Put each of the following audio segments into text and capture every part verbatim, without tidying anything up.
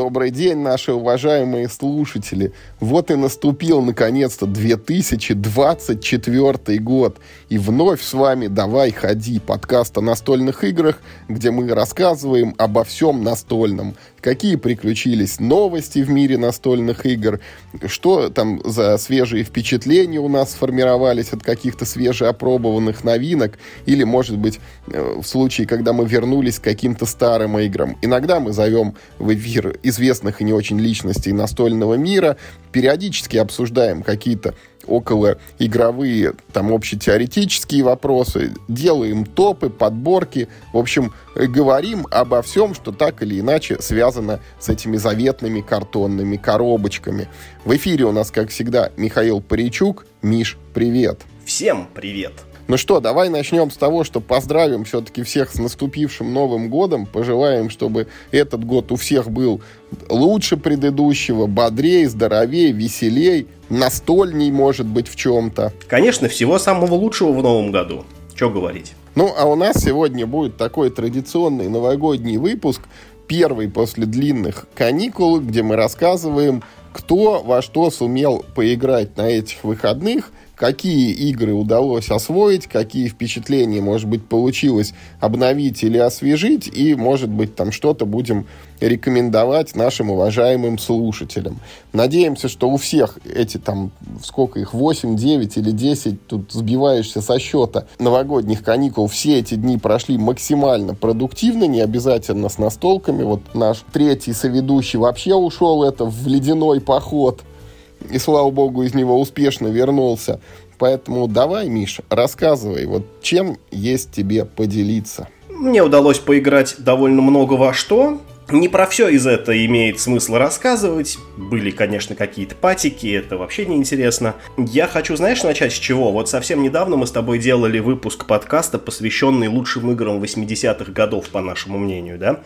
Добрый день, наши уважаемые слушатели. Вот и наступил, наконец-то, две тысячи двадцать четвёртый год. И вновь с вами «Давай, ходи» — подкаст о настольных играх, где мы рассказываем обо всем настольном. Какие приключились новости в мире настольных игр, что там за свежие впечатления у нас сформировались от каких-то свежеопробованных новинок, или, может быть, в случае, когда мы вернулись к каким-то старым играм. Иногда мы зовем в эфир известных и не очень личностей настольного мира, периодически обсуждаем какие-то околоигровые, там, общетеоретические вопросы, делаем топы, подборки, в общем, говорим обо всем, что так или иначе связано с этими заветными картонными коробочками. В эфире у нас, как всегда, Михаил Паричук. Миш, привет! Всем привет! Ну что, давай начнем с того, что поздравим все-таки всех с наступившим Новым годом. Пожелаем, чтобы этот год у всех был лучше предыдущего, бодрее, здоровее, веселей, настольней, может быть, в чем-то. Конечно, всего самого лучшего в Новом году. Что говорить? Ну, а у нас сегодня будет такой традиционный новогодний выпуск, первый после длинных каникул, где мы рассказываем, кто во что сумел поиграть на этих выходных, какие игры удалось освоить, какие впечатления, может быть, получилось обновить или освежить, и, может быть, там что-то будем рекомендовать нашим уважаемым слушателям. Надеемся, что у всех эти там, сколько их, восемь, девять или десять, тут сбиваешься со счета, новогодних каникул, все эти дни прошли максимально продуктивно, не обязательно с настолками. Вот наш третий соведущий вообще ушел это в ледяной поход, и, слава богу, из него успешно вернулся. Поэтому давай, Миш, рассказывай, вот чем есть тебе поделиться. Мне удалось поиграть довольно много во что. Не про все из этого имеет смысл рассказывать. Были, конечно, какие-то патики, это вообще неинтересно. Я хочу, знаешь, начать с чего? Вот совсем недавно мы с тобой делали выпуск подкаста, посвященный лучшим играм восьмидесятых годов, по нашему мнению, да?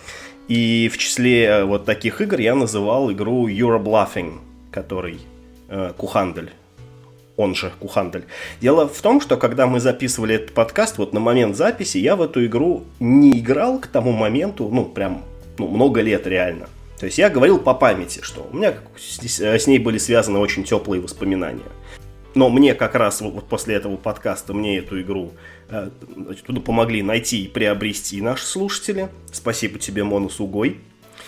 И в числе вот таких игр я называл игру You're Bluffing, который... Кухандель, он же Кухандель. Дело в том, что когда мы записывали этот подкаст, вот на момент записи я в эту игру не играл к тому моменту, ну, прям, ну, много лет реально. То есть я говорил по памяти, что у меня с ней были связаны очень теплые воспоминания. Но мне как раз вот после этого подкаста, мне эту игру значит, туда помогли найти и приобрести наши слушатели. Спасибо тебе, Монус Угой.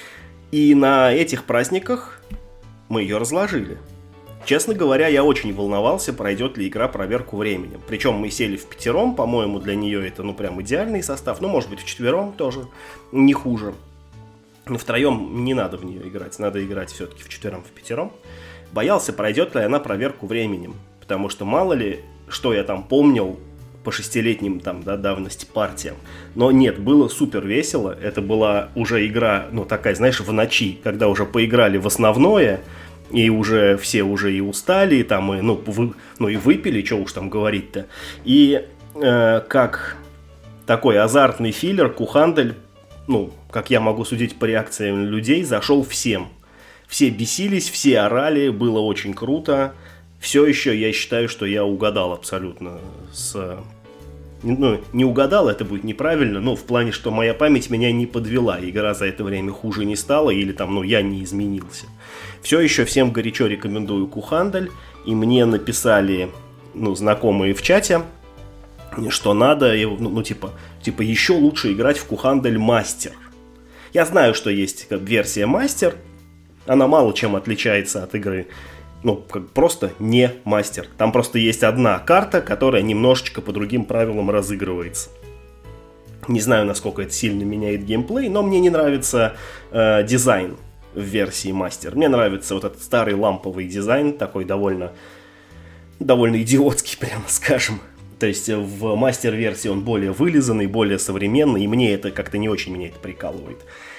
И на этих праздниках мы ее разложили. Честно говоря, я очень волновался, пройдет ли игра проверку временем. Причем мы сели в пятером, по-моему, для нее это, ну, прям идеальный состав. Ну, может быть, в четвером тоже не хуже. Но втроем не надо в нее играть, надо играть все-таки в четвером, в пятером. Боялся, пройдет ли она проверку временем. Потому что мало ли, что я там помнил по шестилетним там, да, давности партиям. Но нет, было супер весело. Это была уже игра, ну, такая, знаешь, в ночи, когда уже поиграли в основное... И уже все уже и устали, и там, и, ну, вы, ну и выпили, что уж там говорить-то. И э, как такой азартный филлер, Кухандель, ну, как я могу судить по реакциям людей, зашел всем. Все бесились, все орали, было очень круто. Все еще я считаю, что я угадал абсолютно с... Ну, не угадал, это будет неправильно, но в плане, что моя память меня не подвела, игра за это время хуже не стала, или там, ну, я не изменился. Все еще всем горячо рекомендую Кухандель, и мне написали, ну, знакомые в чате, что надо, ну, ну типа, типа, еще лучше играть в Кухандель Мастер. Я знаю, что есть версия Мастер, она мало чем отличается от игры, ну, как просто не мастер. Там просто есть одна карта, которая немножечко по другим правилам разыгрывается. Не знаю, насколько это сильно меняет геймплей, но мне не нравится э, дизайн в версии мастер. Мне нравится вот этот старый ламповый дизайн, такой довольно, довольно идиотский, прямо скажем. То есть в мастер-версии он более вылизанный, более современный, и мне это как-то не очень меня это прикалывает.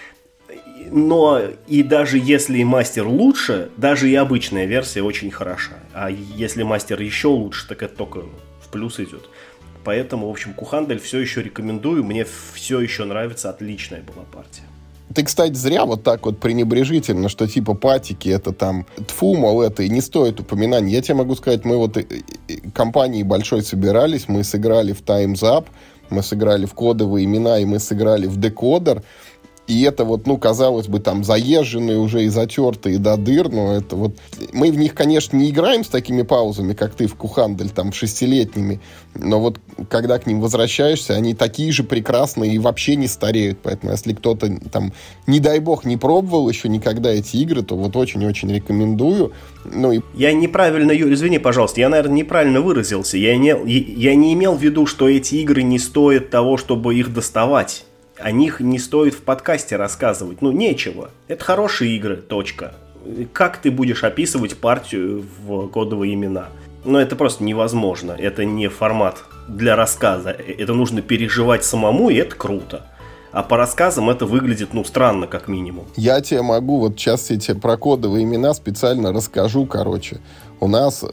Но и даже если мастер лучше, даже и обычная версия очень хороша. А если мастер еще лучше, так это только в плюс идет. Поэтому, в общем, Кухандель все еще рекомендую. Мне все еще нравится, отличная была партия. Ты, кстати, зря вот так вот пренебрежительно, что типа патики, это там тфу, мол, это и не стоит упоминания. Я тебе могу сказать, мы вот компанией большой собирались, мы сыграли в Time's Up, мы сыграли в кодовые имена, и мы сыграли в Декодер. И это вот, ну, казалось бы, там, заезженные уже и затертые до дыр, но это вот... Мы в них, конечно, не играем с такими паузами, как ты в Кухандель, там, шестилетними, но вот когда к ним возвращаешься, они такие же прекрасные и вообще не стареют. Поэтому если кто-то, там, не дай бог, не пробовал еще никогда эти игры, то вот очень-очень рекомендую. Ну, и... Я неправильно, Юрий, извини, пожалуйста, я, наверное, неправильно выразился. Я не, я не имел в виду, что эти игры не стоят того, чтобы их доставать. О них не стоит в подкасте рассказывать. Ну, нечего. Это хорошие игры, точка. Как ты будешь описывать партию в кодовые имена? Ну, это просто невозможно. Это не формат для рассказа. Это нужно переживать самому, и это круто. А по рассказам это выглядит, ну, странно, как минимум. Я тебе могу, вот сейчас я тебе про кодовые имена специально расскажу, короче. У нас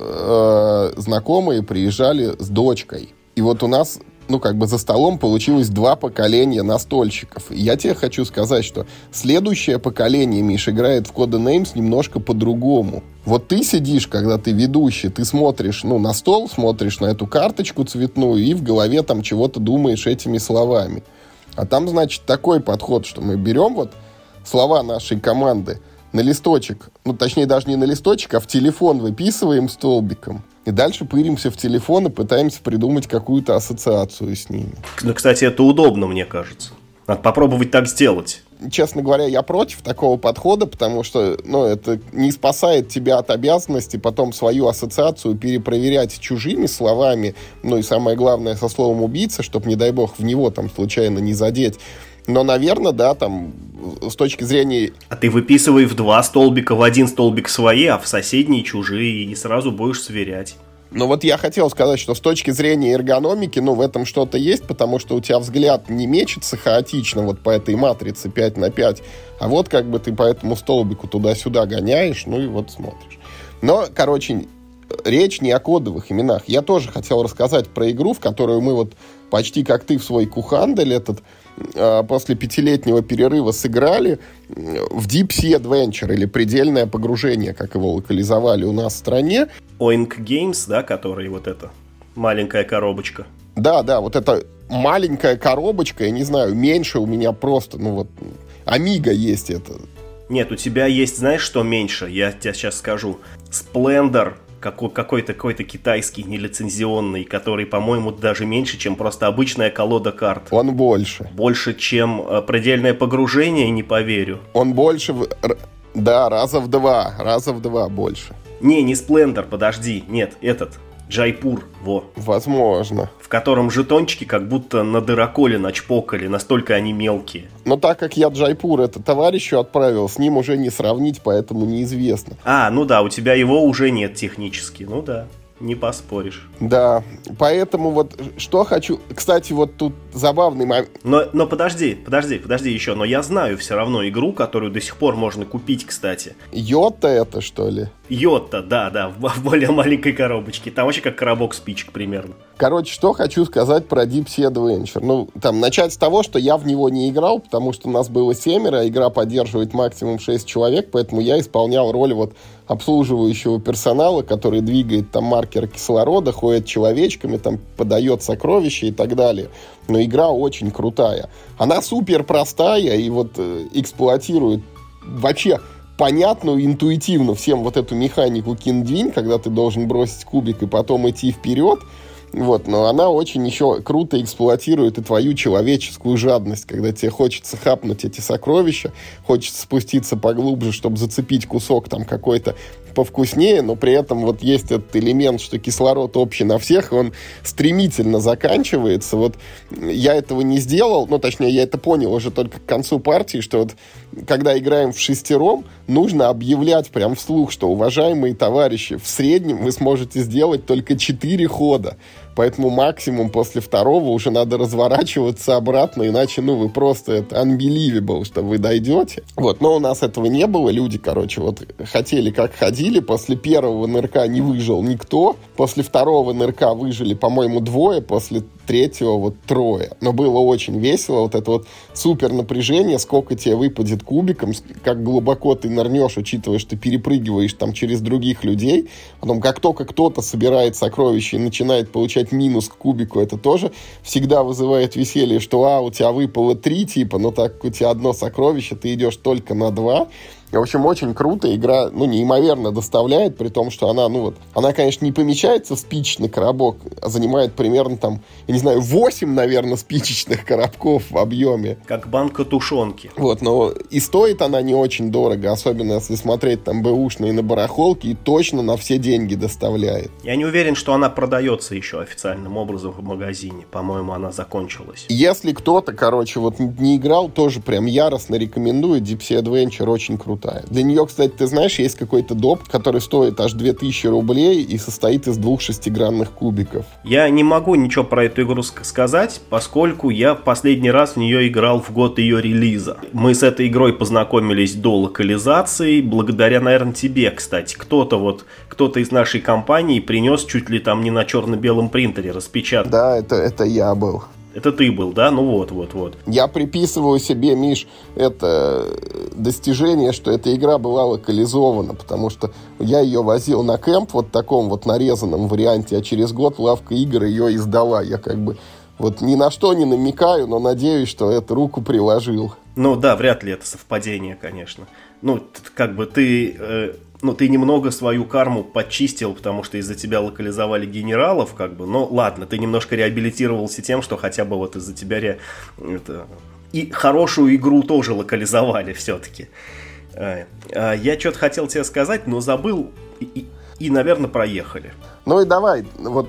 э, знакомые приезжали с дочкой. И вот у нас... ну, как бы за столом получилось два поколения настольщиков. И я тебе хочу сказать, что следующее поколение, Миш, играет в Codenames немножко по-другому. Вот ты сидишь, когда ты ведущий, ты смотришь, ну, на стол, смотришь на эту карточку цветную и в голове там чего-то думаешь этими словами. А там, значит, такой подход, что мы берем вот слова нашей команды на листочек, ну, точнее, даже не на листочек, а в телефон выписываем столбиком. И дальше пыримся в телефон и пытаемся придумать какую-то ассоциацию с ними. Ну, кстати, это удобно, мне кажется. Надо попробовать так сделать. Честно говоря, я против такого подхода, потому что, ну, это не спасает тебя от обязанности потом свою ассоциацию перепроверять чужими словами, ну и самое главное, со словом «убийца», чтобы, не дай бог, в него там случайно не задеть. Но, наверное, да, там, с точки зрения... А ты выписывай в два столбика, в один столбик свои, а в соседние чужие, и сразу будешь сверять. Ну вот я хотел сказать, что с точки зрения эргономики, ну, в этом что-то есть, потому что у тебя взгляд не мечется хаотично вот по этой матрице пять на пять, а вот как бы ты по этому столбику туда-сюда гоняешь, ну и вот смотришь. Но, короче, речь не о кодовых именах. Я тоже хотел рассказать про игру, в которую мы вот почти как ты в свой Кухандель этот после пятилетнего перерыва сыграли в Deep Sea Adventure, или предельное погружение, как его локализовали у нас в стране. Oink Games, да, который вот это, маленькая коробочка. Да, да, вот эта маленькая коробочка, я не знаю, меньше у меня просто, ну вот, Amiga есть это. Нет, у тебя есть, знаешь, что меньше? Я тебе сейчас скажу. Splendor. Какой-то, какой-то китайский нелицензионный, который, по-моему, даже меньше, чем просто обычная колода карт. Он больше. Больше, чем э, предельное погружение, не поверю. Он больше, да, раза в два, раза в два больше. Не, не Splendor, подожди, нет, этот, Джайпур, во. Возможно. В котором жетончики как будто на дыроколе начпокали, настолько они мелкие. Но так как я Джайпур это товарищу отправил, с ним уже не сравнить, поэтому неизвестно. А, ну да, у тебя его уже нет технически, ну да. Не поспоришь. Да, поэтому вот что хочу... Кстати, вот тут забавный момент. Но, но подожди, подожди, подожди еще. Но я знаю все равно игру, которую до сих пор можно купить, кстати. Йота это, что ли? Йота, да, да, в, в более маленькой коробочке. Там вообще как коробок спичек примерно. Короче, что хочу сказать про Deep Sea Adventure. Ну, там, начать с того, что я в него не играл, потому что у нас было семеро, а игра поддерживает максимум шесть человек, поэтому я исполнял роль вот обслуживающего персонала, который двигает там маркер кислорода, ходит человечками, там подает сокровища и так далее. Но игра очень крутая. Она супер простая и вот э, эксплуатирует вообще понятную, интуитивно всем вот эту механику кинь-двинь, когда ты должен бросить кубик и потом идти вперед. Вот, но она очень еще круто эксплуатирует и твою человеческую жадность, когда тебе хочется хапнуть эти сокровища, хочется спуститься поглубже, чтобы зацепить кусок там какой-то повкуснее, но при этом вот есть этот элемент, что кислород общий на всех, он стремительно заканчивается. Вот я этого не сделал, ну, точнее, я это понял уже только к концу партии, что вот когда играем в шестером, нужно объявлять прям вслух, что, уважаемые товарищи, в среднем вы сможете сделать только четыре хода. Поэтому максимум после второго уже надо разворачиваться обратно, иначе, ну, вы просто, это unbelievable, что вы дойдете. Вот, но у нас этого не было. Люди, короче, вот хотели как ходили. После первого нырка не выжил никто. После второго нырка выжили, по-моему, двое. После третьего вот трое. Но было очень весело, вот это вот супер напряжение, сколько тебе выпадет кубиком, как глубоко ты нырнешь, учитывая, что ты перепрыгиваешь там через других людей. Потом, как только кто-то собирает сокровища и начинает получать минус к кубику, это тоже всегда вызывает веселье, что а, у тебя выпало три типа, но так как у тебя одно сокровище, ты идешь только на два. В общем, очень круто. Игра, ну, неимоверно доставляет, при том, что она, ну вот, она, конечно, не помещается в спичечный коробок, а занимает примерно там, я не знаю, восемь, наверное, спичечных коробков в объеме. Как банка тушенки. Вот, но и стоит она не очень дорого, особенно если смотреть там бэушные на барахолке, и точно на все деньги доставляет. Я не уверен, что она продается еще официальным образом в магазине. По-моему, она закончилась. Если кто-то, короче, вот не играл, тоже прям яростно рекомендую. Deep Sea Adventure очень круто. Для нее, кстати, ты знаешь, есть какой-то доп, который стоит аж две тысячи рублей и состоит из двух шестигранных кубиков. Я не могу ничего про эту игру сказать, поскольку я последний раз в нее играл в год ее релиза. Мы с этой игрой познакомились до локализации, благодаря, наверное, тебе, кстати. Кто-то вот, кто-то из нашей компании принес чуть ли там не на черно-белом принтере распечатать. Да, это, это я был. Это ты был, да? Ну вот, вот, вот. Я приписываю себе, Миш, это достижение, что эта игра была локализована, потому что я ее возил на кэмп вот в таком вот нарезанном варианте, а через год лавка игр ее издала. Я как бы вот ни на что не намекаю, но надеюсь, что эту руку приложил. Ну да, вряд ли это совпадение, конечно. Ну, как бы ты... Э... Ну, ты немного свою карму подчистил, потому что из-за тебя локализовали генералов, как бы. Но ладно, ты немножко реабилитировался тем, что хотя бы вот из-за тебя ре... это... и хорошую игру тоже локализовали все-таки. Я что-то хотел тебе сказать, но забыл и, и, и, наверное, проехали. Ну и давай, вот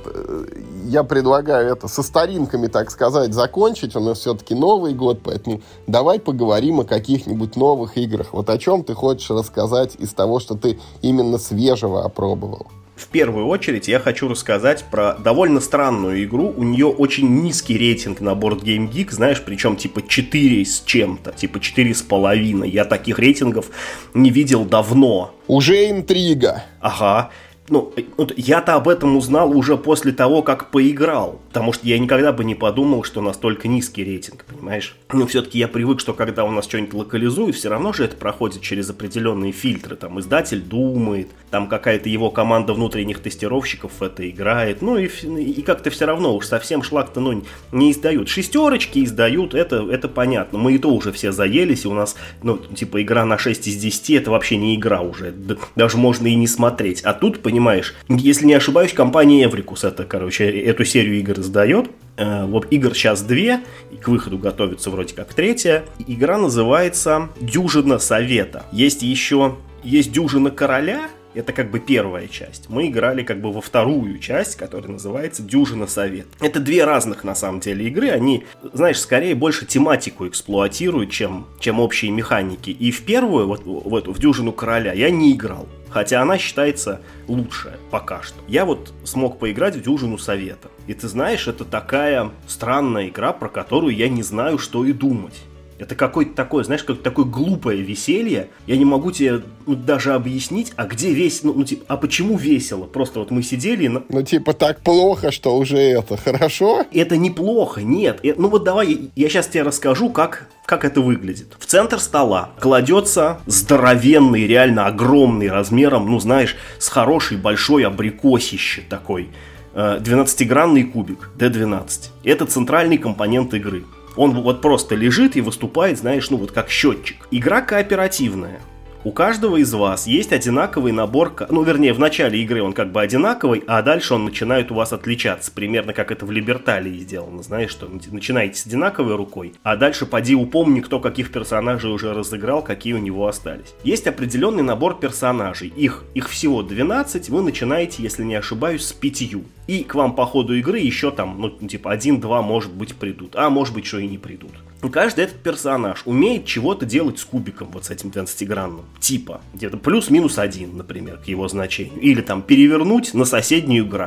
я предлагаю это со старинками, так сказать, закончить. У нас все-таки Новый год, поэтому давай поговорим о каких-нибудь новых играх. Вот о чем ты хочешь рассказать из того, что ты именно свежего опробовал? В первую очередь я хочу рассказать про довольно странную игру. У нее очень низкий рейтинг на Board Game Geek, знаешь, причем типа четыре с чем-то, типа четыре с половиной. Я таких рейтингов не видел давно. Уже интрига. Ага. Ну, я-то об этом узнал уже после того, как поиграл. Потому что я никогда бы не подумал, что настолько низкий рейтинг, понимаешь? Но все-таки я привык, что когда у нас что-нибудь локализуют, все равно же это проходит через определенные фильтры. Там издатель думает, там какая-то его команда внутренних тестировщиков в это играет. Ну и, и как-то все равно уж совсем шлак-то ну, не издают. Шестерочки издают, это, это понятно. Мы и то уже все заелись, и у нас, ну, типа, игра на шесть из десяти, это вообще не игра уже. Даже можно и не смотреть. А тут, понимаешь, если не ошибаюсь, компания Эврикус это, короче, эту серию игр издает. Э, вот игр сейчас две, и к выходу готовится вроде как третья. Игра называется «Дюжина Совета». Есть еще, есть «Дюжина Короля». Это как бы первая часть. Мы играли как бы во вторую часть, которая называется «Дюжина Совет». Это две разных, на самом деле, игры. Они, знаешь, скорее больше тематику эксплуатируют, чем, чем общие механики. И в первую, вот в эту, в «Дюжину Короля» я не играл. Хотя она считается лучшая пока что. Я вот смог поиграть в «Дюжину Совета». И ты знаешь, это такая странная игра, про которую я не знаю, что и думать. Это какое-то такое, знаешь, какое-то такое глупое веселье. Я не могу тебе ну, даже объяснить, а где весело, ну, ну, типа, а почему весело? Просто вот мы сидели... На... Ну, типа, так плохо, что уже это хорошо? Это неплохо, нет. Ну, вот давай, я сейчас тебе расскажу, как, как это выглядит. В центр стола кладется здоровенный, реально огромный размером, ну, знаешь, с хорошей большой абрикосище такой, двенадцатигранный кубик, ди двенадцать. Это центральный компонент игры. Он вот просто лежит и выступает, знаешь, ну вот как счетчик. Игра кооперативная. У каждого из вас есть одинаковый набор, ну вернее в начале игры он как бы одинаковый, а дальше он начинает у вас отличаться, примерно как это в Либерталии сделано, знаешь, что начинаете с одинаковой рукой, а дальше поди упомни, кто каких персонажей уже разыграл, какие у него остались. Есть определенный набор персонажей, их, их всего двенадцать, вы начинаете, если не ошибаюсь, с пятью. И к вам по ходу игры еще там, ну типа один-два может быть придут, а может быть что и не придут. И каждый этот персонаж умеет чего-то делать с кубиком, вот с этим двенадцатигранным. Типа, где-то плюс-минус один, например, к его значению. Или там перевернуть на соседнюю грань.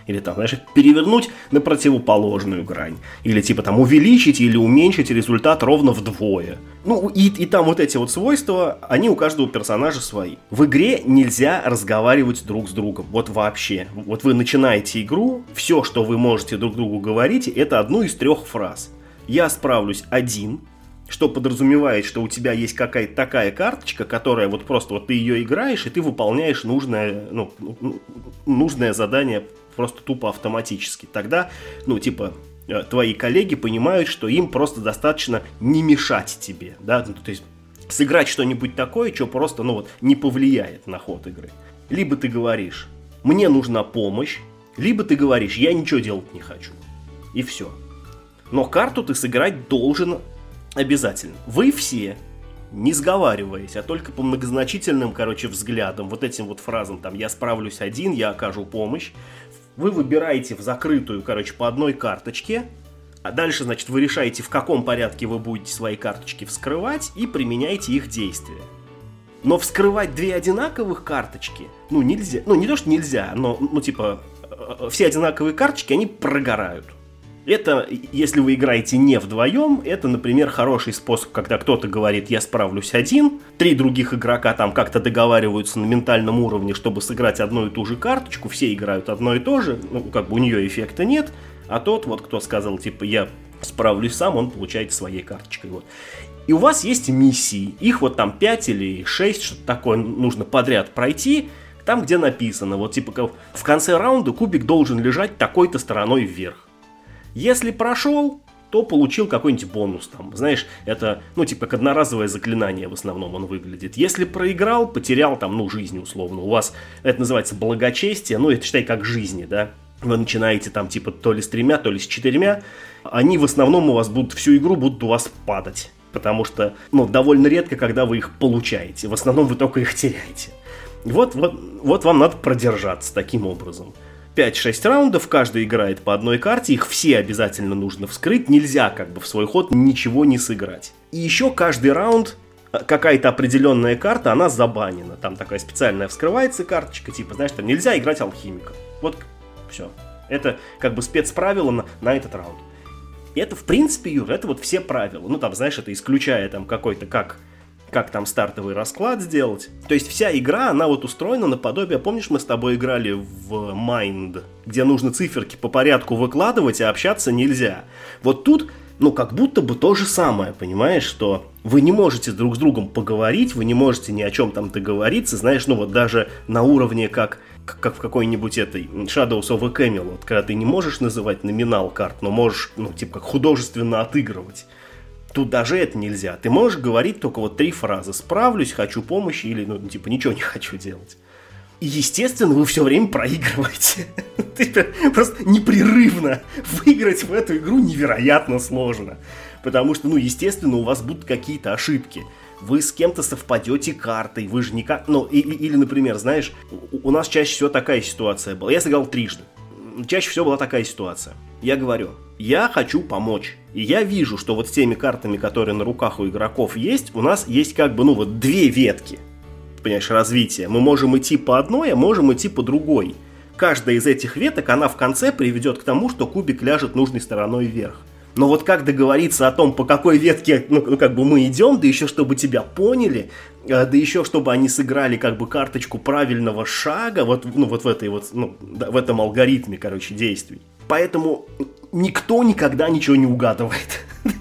Или там, знаешь, перевернуть на противоположную грань. Или типа там увеличить или уменьшить результат ровно вдвое. Ну и, и там вот эти вот свойства, они у каждого персонажа свои. В игре нельзя разговаривать друг с другом. Вот вообще. Вот вы начинаете игру, все, что вы можете друг другу говорить, это одну из трех фраз. Я справлюсь один, что подразумевает, что у тебя есть какая-то такая карточка, которая вот просто вот ты ее играешь, и ты выполняешь нужное, ну, нужное задание просто тупо автоматически. Тогда, ну, типа, твои коллеги понимают, что им просто достаточно не мешать тебе, да, ну, то есть сыграть что-нибудь такое, что просто, ну, вот, не повлияет на ход игры. Либо ты говоришь, мне нужна помощь, либо ты говоришь, я ничего делать не хочу. И все. Но карту ты сыграть должен обязательно. Вы все, не сговариваясь, а только по многозначительным, короче, взглядам, вот этим вот фразам, там, я справлюсь один, я окажу помощь, вы выбираете в закрытую, короче, по одной карточке, а дальше, значит, вы решаете, в каком порядке вы будете свои карточки вскрывать и применяете их действия. Но вскрывать две одинаковых карточки, ну, нельзя, ну, не то, что нельзя, но, ну, типа, все одинаковые карточки, они прогорают. Это, если вы играете не вдвоем, это, например, хороший способ, когда кто-то говорит, я справлюсь один, три других игрока там как-то договариваются на ментальном уровне, чтобы сыграть одну и ту же карточку, все играют одно и то же, ну, как бы у нее эффекта нет, а тот, вот, кто сказал, типа, я справлюсь сам, он получает своей карточкой, вот. И у вас есть миссии, их вот там пять или шесть, что-то такое нужно подряд пройти, там, где написано, вот, типа, в конце раунда кубик должен лежать такой-то стороной вверх. Если прошел, то получил какой-нибудь бонус там. Знаешь, это, ну, типа, как одноразовое заклинание в основном он выглядит. Если проиграл, потерял там, ну, жизнь условно. У вас это называется благочестие, ну, это считай как жизни, да. Вы начинаете там, типа, то ли с тремя, то ли с четырьмя. Они в основном у вас будут, всю игру будут у вас падать. Потому что, ну, довольно редко, когда вы их получаете. В основном вы только их теряете. Вот, вот, вот вам надо продержаться таким образом. пять-шесть раундов, каждый играет по одной карте, их все обязательно нужно вскрыть, нельзя как бы в свой ход ничего не сыграть. И еще каждый раунд какая-то определенная карта, она забанена. Там такая специальная вскрывается карточка, типа, знаешь, там нельзя играть алхимика. Вот, все. Это как бы спецправило на, на этот раунд. И это, в принципе, Юр, это вот все правила. Ну, там, знаешь, это исключая там какой-то, как... как там стартовый расклад сделать. То есть вся игра, она вот устроена наподобие, помнишь, мы с тобой играли в Mind, где нужно циферки по порядку выкладывать, а общаться нельзя. Вот тут, ну, как будто бы то же самое, понимаешь, что вы не можете друг с другом поговорить, вы не можете ни о чем там договориться, знаешь, ну, вот даже на уровне, как, как в какой-нибудь этой Shadows of Camelot, когда ты не можешь называть номинал карт, но можешь, ну, типа, как художественно отыгрывать. Тут даже это нельзя. Ты можешь говорить только вот три фразы. Справлюсь, хочу помощи или, ну, типа, ничего не хочу делать. И, естественно, вы все время проигрываете. Просто непрерывно выиграть в эту игру невероятно сложно. Потому что, ну, естественно, у вас будут какие-то ошибки. Вы с кем-то совпадете картой, вы же никак... Ну, и, или, например, знаешь, у нас чаще всего такая ситуация была. Я сыграл трижды. Чаще всего была такая ситуация. Я говорю, я хочу помочь. И я вижу, что вот с теми картами, которые на руках у игроков есть, у нас есть как бы, ну вот, две ветки, понимаешь, развития. Мы можем идти по одной, а можем идти по другой. Каждая из этих веток, она в конце приведет к тому, что кубик ляжет нужной стороной вверх. Но вот как договориться о том, по какой ветке, ну, ну как бы мы идем, да еще чтобы тебя поняли, да еще чтобы они сыграли как бы карточку правильного шага, вот, ну, вот в этой вот, ну, в этом алгоритме, короче, действий. Поэтому никто никогда ничего не угадывает.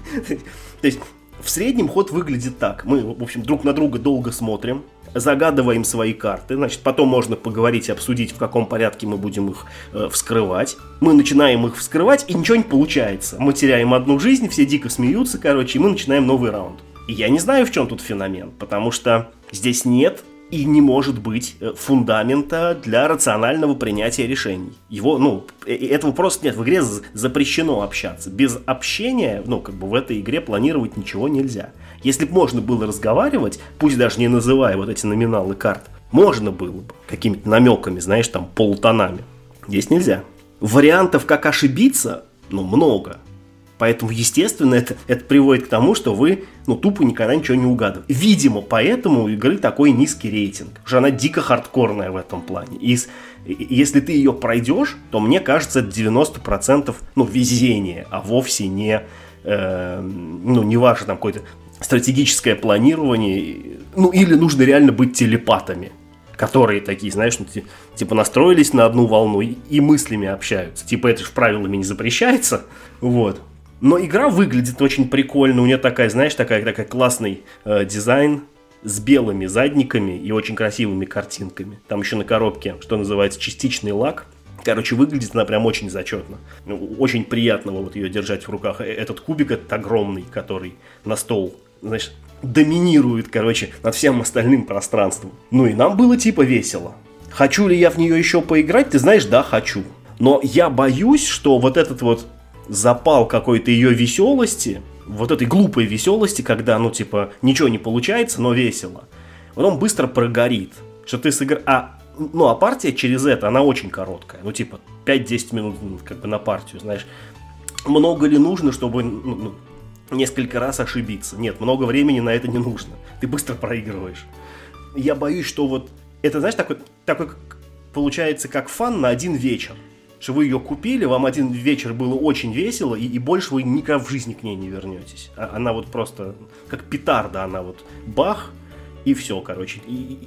То есть в среднем ход выглядит так. Мы, в общем, друг на друга долго смотрим, загадываем свои карты, значит, потом можно поговорить и обсудить, в каком порядке мы будем их э, вскрывать. Мы начинаем их вскрывать, и ничего не получается. Мы теряем одну жизнь, все дико смеются, короче, и мы начинаем новый раунд. И я не знаю, в чем тут феномен, потому что здесь нет и не может быть фундамента для рационального принятия решений. Его, ну, этого просто нет. В игре запрещено общаться. Без общения, ну, как бы в этой игре планировать ничего нельзя. Если бы можно было разговаривать, пусть даже не называя вот эти номиналы карт, можно было бы какими-то намеками, знаешь, там, полутонами. Здесь нельзя. Вариантов, как ошибиться, ну, много. Поэтому, естественно, это, это приводит к тому, что вы, ну, тупо никогда ничего не угадываете. Видимо, поэтому у игры такой низкий рейтинг. Потому что она дико хардкорная в этом плане. И если ты ее пройдешь, то, мне кажется, это девяносто процентов, ну, везение, а вовсе не, э, ну, не ваше там какое-то стратегическое планирование. Ну, или нужно реально быть телепатами, которые такие, знаешь, ну, типа настроились на одну волну и, и мыслями общаются. Типа это же правилами не запрещается. Вот. Но игра выглядит очень прикольно. У нее такая, знаешь, такая, такая классный э, дизайн с белыми задниками и очень красивыми картинками. Там еще на коробке, что называется, частичный лак. Короче, выглядит она прям очень зачетно. Очень приятно вот ее держать в руках. Этот кубик этот огромный, который на стол, знаешь, доминирует, короче, над всем остальным пространством. Ну и нам было типа весело. Хочу ли я в нее еще поиграть? Ты знаешь, да, хочу. Но я боюсь, что вот этот вот запал какой-то ее веселости, вот этой глупой веселости, когда, ну, типа, ничего не получается, но весело, он быстро прогорит. Что ты сыгр... А, ну, а партия через это, она очень короткая. Ну, типа, пять-десять минут как бы на партию, знаешь. Много ли нужно, чтобы, ну, несколько раз ошибиться? Нет, много времени на это не нужно. Ты быстро проигрываешь. Я боюсь, что вот это, знаешь, такой, такой получается как фан на один вечер. Что вы ее купили, вам один вечер было очень весело, и, и больше вы никогда в жизни к ней не вернетесь. А, она вот просто как петарда, она вот бах, и все, короче. И, и,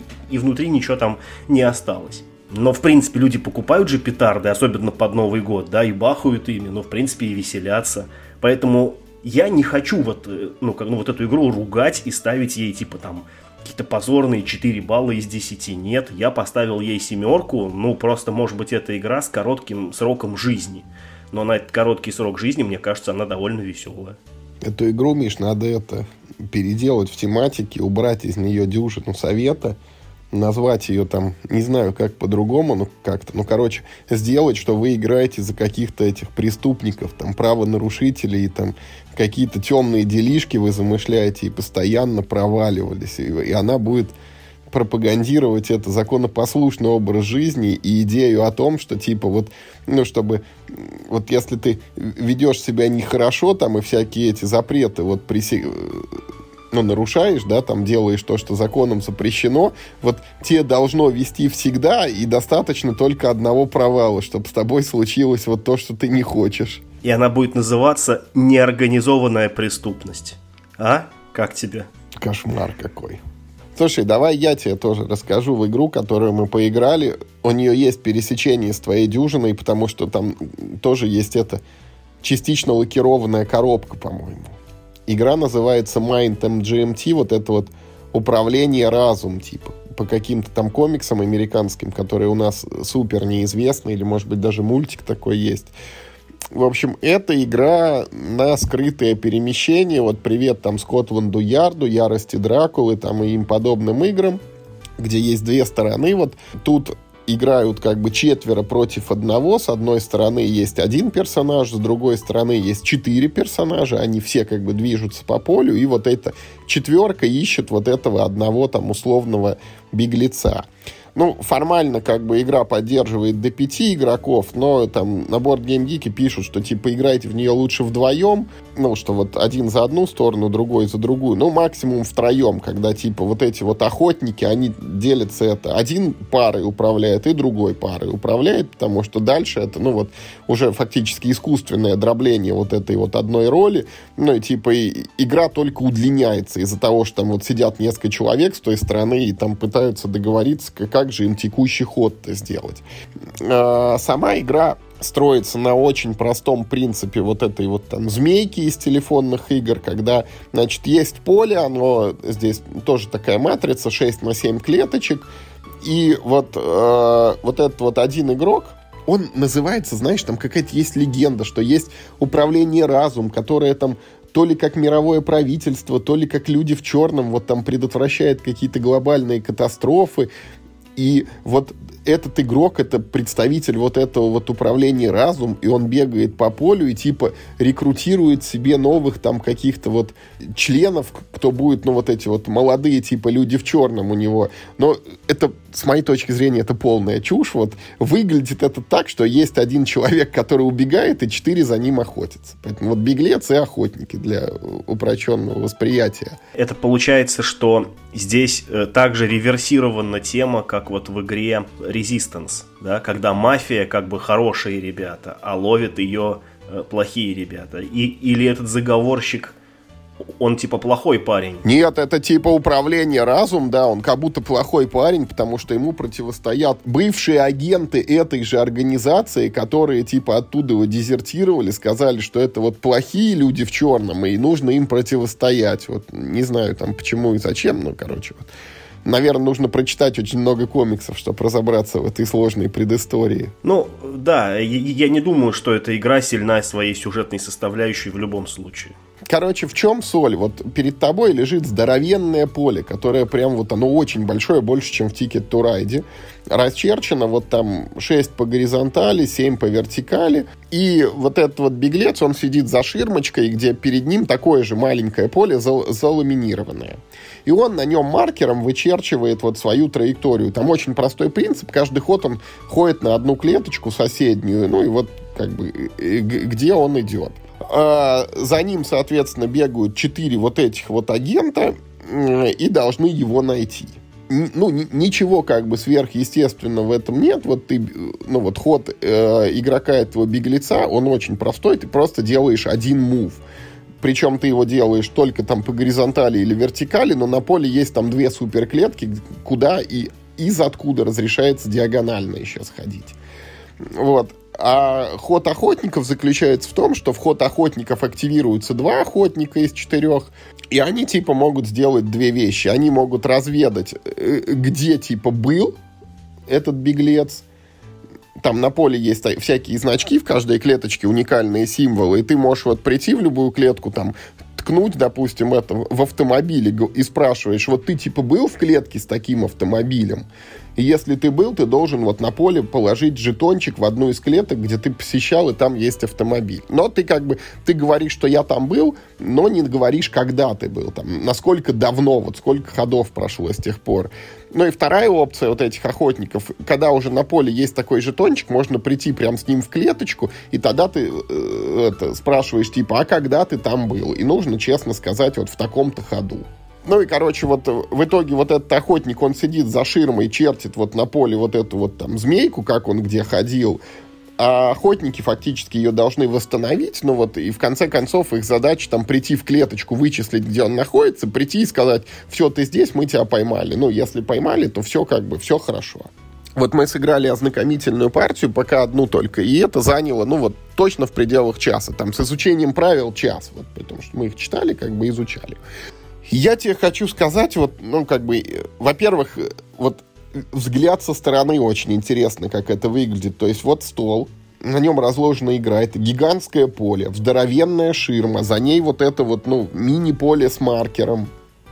и внутри ничего там не осталось. Но, в принципе, люди покупают же петарды, особенно под Новый год, да, и бахают ими, но, в принципе, и веселятся. Поэтому я не хочу вот, ну, как, ну, вот эту игру ругать и ставить ей, типа, там, какие-то позорные четыре балла из десяти. Нет, я поставил ей семерку. Ну, просто, может быть, эта игра с коротким сроком жизни. Но на этот короткий срок жизни, мне кажется, она довольно веселая. Эту игру, Миш, надо это переделать в тематике, убрать из нее дюжину совета, назвать ее там, не знаю, как по-другому, ну, как-то, ну, короче, сделать, что вы играете за каких-то этих преступников, там, правонарушителей, там, какие-то темные делишки вы замышляете и постоянно проваливались. И, и она будет пропагандировать это законопослушный образ жизни и идею о том, что, типа, вот, ну, чтобы, вот если ты ведешь себя нехорошо, там, и всякие эти запреты, вот, приси... ну, нарушаешь, да, там, делаешь то, что законом запрещено, вот, тебе должно вести всегда, и достаточно только одного провала, чтобы с тобой случилось вот то, что ты не хочешь. И она будет называться «Неорганизованная преступность». А? Как тебе? Кошмар какой. Слушай, давай я тебе тоже расскажу в игру, которую мы поиграли. У нее есть пересечение с твоей дюжиной, потому что там тоже есть эта частично лакированная коробка, по-моему. Игра называется Mind эм джи эм ти, вот это вот управление разум, типа, по каким-то там комиксам американским, которые у нас супер неизвестны, или, может быть, даже мультик такой есть. В общем, это игра на скрытое перемещение. Вот привет там Скотланду Ярду, Ярости Дракулы там и им подобным играм, где есть две стороны. Вот тут играют как бы четверо против одного. С одной стороны есть один персонаж, с другой стороны есть четыре персонажа. Они все как бы движутся по полю, и вот эта четверка ищет вот этого одного там условного беглеца. Ну, формально, как бы, игра поддерживает до пяти игроков, но там на Board Game Geek пишут, что, типа, играйте в нее лучше вдвоем, ну, что вот один за одну сторону, другой за другую, ну, максимум втроем, когда, типа, вот эти вот охотники, они делятся это, один парой управляет и другой парой управляет, потому что дальше это, ну, вот, уже фактически искусственное дробление вот этой вот одной роли, ну, и, типа, и, игра только удлиняется из-за того, что там вот сидят несколько человек с той стороны и там пытаются договориться, как же им текущий ход-то сделать. А, сама игра строится на очень простом принципе вот этой вот там змейки из телефонных игр, когда, значит, есть поле, оно здесь тоже такая матрица, шесть на семь клеточек, и вот, э, вот этот вот один игрок, он называется, знаешь, там какая-то есть легенда, что есть управление разум, которое там то ли как мировое правительство, то ли как люди в черном вот там предотвращает какие-то глобальные катастрофы. И вот этот игрок — это представитель вот этого вот управления разум, и он бегает по полю и типа рекрутирует себе новых там каких-то вот членов, кто будет, ну, вот эти вот молодые типа люди в черном у него. Но это, с моей точки зрения, это полная чушь. Вот выглядит это так, что есть один человек, который убегает, и четыре за ним охотятся. Поэтому вот беглец и охотники для упрощенного восприятия. Это получается, что здесь э, также реверсирована тема, как вот в игре Resistance, да, когда мафия как бы хорошие ребята, а ловят ее э, плохие ребята. И, или этот заговорщик, он типа плохой парень? Нет, это типа управление разум, да, он как будто плохой парень, потому что ему противостоят бывшие агенты этой же организации, которые типа оттуда его дезертировали, сказали, что это вот плохие люди в черном, и нужно им противостоять. Вот не знаю там почему и зачем, но, короче, вот. Наверное, нужно прочитать очень много комиксов, чтобы разобраться в этой сложной предыстории. Ну, да, я не думаю, что эта игра сильна своей сюжетной составляющей в любом случае. Короче, в чем соль? Вот перед тобой лежит здоровенное поле, которое прям вот оно очень большое, больше, чем в Ticket to Ride. Расчерчено вот там шесть по горизонтали, семь по вертикали. И вот этот вот беглец, он сидит за ширмочкой, где перед ним такое же маленькое поле заламинированное. И он на нем маркером вычерчивает вот свою траекторию. Там очень простой принцип. Каждый ход он ходит на одну клеточку соседнюю, ну и вот как бы где он идет. А за ним, соответственно, бегают четыре вот этих вот агента и должны его найти. Ну, ничего как бы сверхъестественного в этом нет. Вот ты, ну вот ход э, игрока этого беглеца, он очень простой. Ты просто делаешь один мув. Причем ты его делаешь только там по горизонтали или вертикали, но на поле есть там две суперклетки, куда и из откуда разрешается диагонально еще сходить. Вот. А ход охотников заключается в том, что в ход охотников активируются два охотника из четырех, и они типа могут сделать две вещи. Они могут разведать, где типа был этот беглец. Там на поле есть всякие значки, в каждой клеточке уникальные символы, и ты можешь вот прийти в любую клетку, там, ткнуть, допустим, это в автомобиле и спрашиваешь, вот ты типа был в клетке с таким автомобилем? И если ты был, ты должен вот на поле положить жетончик в одну из клеток, где ты посещал, и там есть автомобиль. Но ты как бы, ты говоришь, что я там был, но не говоришь, когда ты был там, насколько давно, вот сколько ходов прошло с тех пор. Ну и вторая опция вот этих охотников, когда уже на поле есть такой жетончик, можно прийти прям с ним в клеточку, и тогда ты э, это, спрашиваешь, типа, а когда ты там был? И нужно честно сказать, вот в таком-то ходу. Ну и, короче, вот в итоге вот этот охотник, он сидит за ширмой, чертит вот на поле вот эту вот там змейку, как он где ходил, а охотники фактически ее должны восстановить, ну вот, и в конце концов их задача там прийти в клеточку, вычислить, где он находится, прийти и сказать, все, ты здесь, мы тебя поймали. Ну, если поймали, то все как бы, все хорошо. Вот мы сыграли ознакомительную партию, пока одну только, и это заняло, ну вот, точно в пределах часа, там, с изучением правил час, вот, потому что мы их читали, как бы изучали. Я тебе хочу сказать, вот, ну, как бы, во-первых, вот, взгляд со стороны очень интересно, как это выглядит. То есть, вот стол, на нем разложена игра, это гигантское поле, здоровенная ширма, за ней вот это вот, ну, мини-поле с маркером.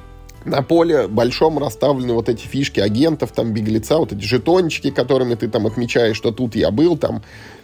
На поле большом расставлены вот эти фишки агентов, там, беглеца, вот эти жетончики, которыми ты там отмечаешь, что тут я был, там,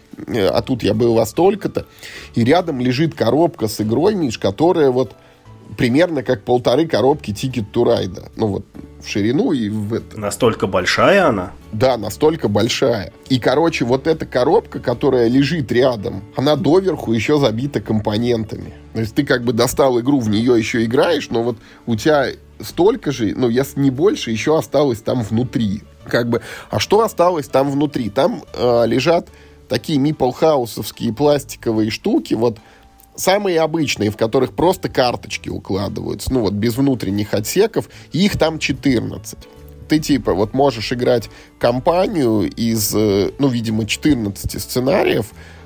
а тут я был во столько-то. И рядом лежит коробка с игрой, Миш, которая вот примерно как полторы коробки Ticket to Ride. Ну вот, в ширину и в это. Настолько большая она? Да, настолько большая. И, короче, вот эта коробка, которая лежит рядом, она доверху еще забита компонентами. То есть ты как бы достал игру, в нее еще играешь, но вот у тебя столько же, ну, если не больше, еще осталось там внутри. Как бы, а что осталось там внутри? Там э, лежат такие мипл-хаусовские пластиковые штуки, вот, самые обычные, в которых просто карточки укладываются, ну вот без внутренних отсеков, их там четырнадцать. Ты типа вот можешь играть кампанию из, ну, видимо, четырнадцати сценариев,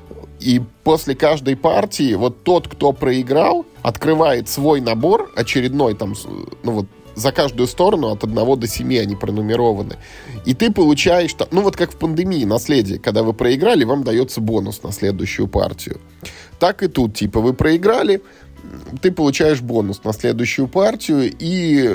и после каждой партии вот тот, кто проиграл, открывает свой набор очередной, там, ну вот, за каждую сторону от одного до семи они пронумерованы. И ты получаешь, ну вот как в пандемии «Наследие», когда вы проиграли, вам дается бонус на следующую партию. Так и тут, типа, вы проиграли, ты получаешь бонус на следующую партию, и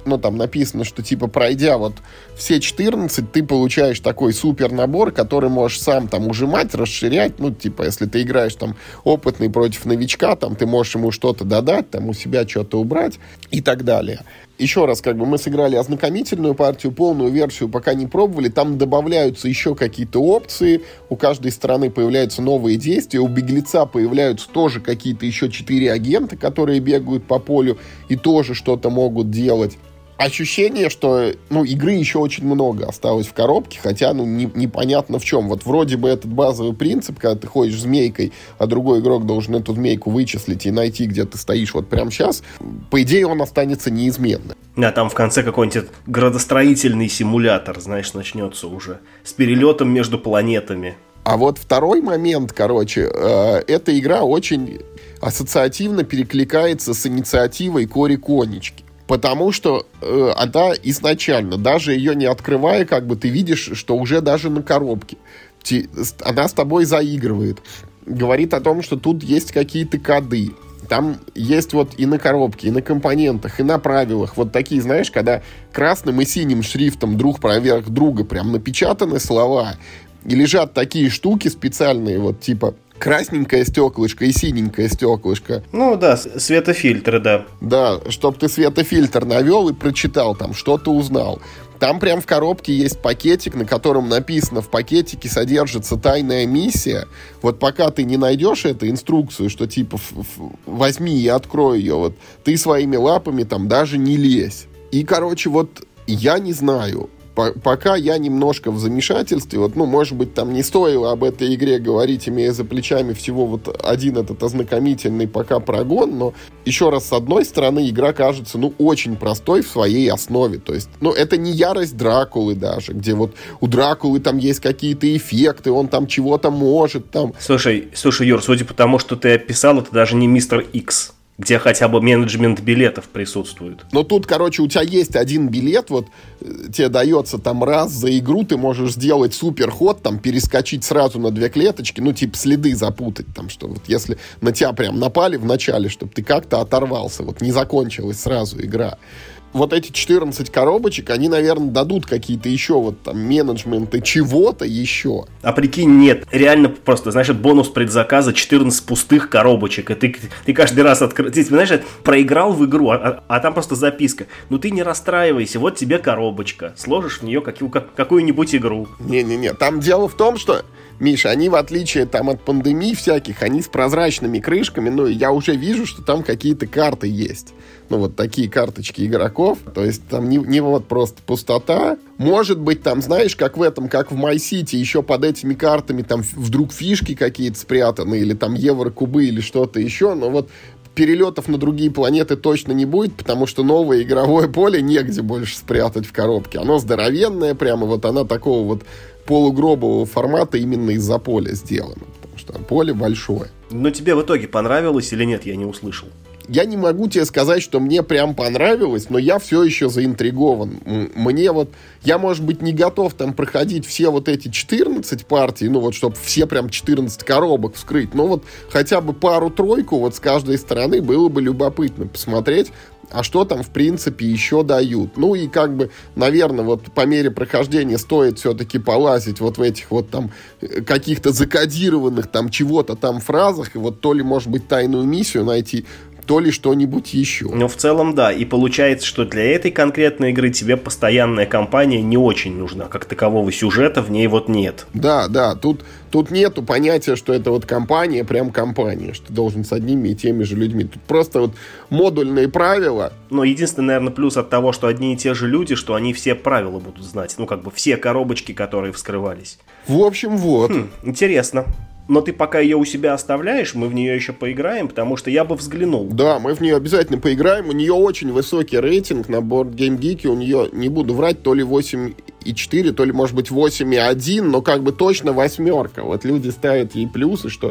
ну, там написано, что, типа, пройдя вот все четырнадцать, ты получаешь такой супер набор, который можешь сам там ужимать, расширять, ну, типа, если ты играешь там опытный против новичка, там, ты можешь ему что-то додать, там, у себя что-то убрать и так далее. Еще раз, как бы, мы сыграли ознакомительную партию, полную версию пока не пробовали, там добавляются еще какие-то опции, у каждой стороны появляются новые действия, у беглеца появляются тоже какие-то еще четыре агента, которые бегают по полю и тоже что-то могут делать. Ощущение, что, ну, игры еще очень много осталось в коробке, хотя, ну, не, непонятно в чем. Вот вроде бы этот базовый принцип, когда ты ходишь змейкой, а другой игрок должен эту змейку вычислить и найти, где ты стоишь вот прямо сейчас, по идее, он останется неизменным. А там в конце какой-нибудь градостроительный симулятор, знаешь, начнется уже с перелетом между планетами. А вот второй момент, короче, э, эта игра очень ассоциативно перекликается с инициативой Кори Конички. Потому что э, она изначально, даже ее не открывая, как бы ты видишь, что уже даже на коробке ти, она с тобой заигрывает. Говорит о том, что тут есть какие-то коды. Там есть вот и на коробке, и на компонентах, и на правилах. Вот такие, знаешь, когда красным и синим шрифтом друг поверх друга прям напечатаны слова. И лежат такие штуки специальные, вот типа... красненькое стеклышко и синенькое стеклышко. Ну да, светофильтры, да. Да, чтоб ты светофильтр навел и прочитал, там что-то узнал. Там прям в коробке есть пакетик, на котором написано: в пакетике содержится тайная миссия. Вот пока ты не найдешь эту инструкцию, что типа возьми и открой ее, вот ты своими лапами там даже не лезь. И, короче, вот я не знаю. Пока я немножко в замешательстве, вот, ну, может быть, там не стоило об этой игре говорить, имея за плечами всего вот один этот ознакомительный пока прогон, но еще раз, с одной стороны, игра кажется, ну, очень простой в своей основе, то есть, ну, это не ярость Дракулы даже, где вот у Дракулы там есть какие-то эффекты, он там чего-то может, там... Слушай, слушай, Юр, судя по тому, что ты описал, это даже не Мистер Икс, где хотя бы менеджмент билетов присутствует. Но тут, короче, у тебя есть один билет, вот тебе дается там раз за игру, ты можешь сделать супер ход, там перескочить сразу на две клеточки, ну, типа следы запутать, там, что вот если на тебя прям напали в начале, чтобы ты как-то оторвался, вот не закончилась сразу игра. Вот эти четырнадцать коробочек, они, наверное, дадут какие-то еще вот там менеджменты чего-то еще. А прикинь, нет, реально просто, знаешь, бонус предзаказа четырнадцать пустых коробочек, и ты, ты каждый раз открыл, ты, знаешь, проиграл в игру, а, а там просто записка: ну ты не расстраивайся, вот тебе коробочка, сложишь в нее какую, какую-нибудь игру. Не-не-не, там дело в том, что, Миша, они, в отличие там от пандемий всяких, они с прозрачными крышками, ну, я уже вижу, что там какие-то карты есть. Ну, вот такие карточки игроков. То есть там не, не вот просто пустота. Может быть, там, знаешь, как в этом, как в MyCity, еще под этими картами там вдруг фишки какие-то спрятаны, или там евро-кубы, или что-то еще. Но вот перелетов на другие планеты точно не будет, потому что новое игровое поле негде больше спрятать в коробке. Оно здоровенное прямо, вот она такого вот полугробового формата именно из-за поля сделана. Потому что поле большое. Но тебе в итоге понравилось или нет, я не услышал. Я не могу тебе сказать, что мне прям понравилось, но я все еще заинтригован. Мне вот... Я, может быть, не готов там проходить все вот эти четырнадцать партий, ну вот, чтобы все прям четырнадцать коробок вскрыть, но вот хотя бы пару-тройку вот с каждой стороны было бы любопытно посмотреть, а что там, в принципе, еще дают. Ну и как бы, наверное, вот по мере прохождения стоит все-таки полазить вот в этих вот там каких-то закодированных там чего-то там фразах, и вот то ли, может быть, тайную миссию найти, то ли что-нибудь еще. Но в целом, да. И получается, что для этой конкретной игры тебе постоянная кампания не очень нужна. Как такового сюжета в ней вот нет. Да, да. Тут, тут нету понятия, что это вот компания, прям компания, что ты должен с одними и теми же людьми. Тут просто вот модульные правила. Но единственный, наверное, плюс от того, что одни и те же люди, что они все правила будут знать. Ну, как бы все коробочки, которые вскрывались. В общем, вот. Хм, интересно. Но ты пока ее у себя оставляешь, мы в нее еще поиграем, потому что я бы взглянул. Да, мы в нее обязательно поиграем. У нее очень высокий рейтинг на Board Game Geek. У нее, не буду врать, то ли восемь и четыре, то ли, может быть, восемь и один, но как бы точно восьмерка. Вот люди ставят ей плюсы, что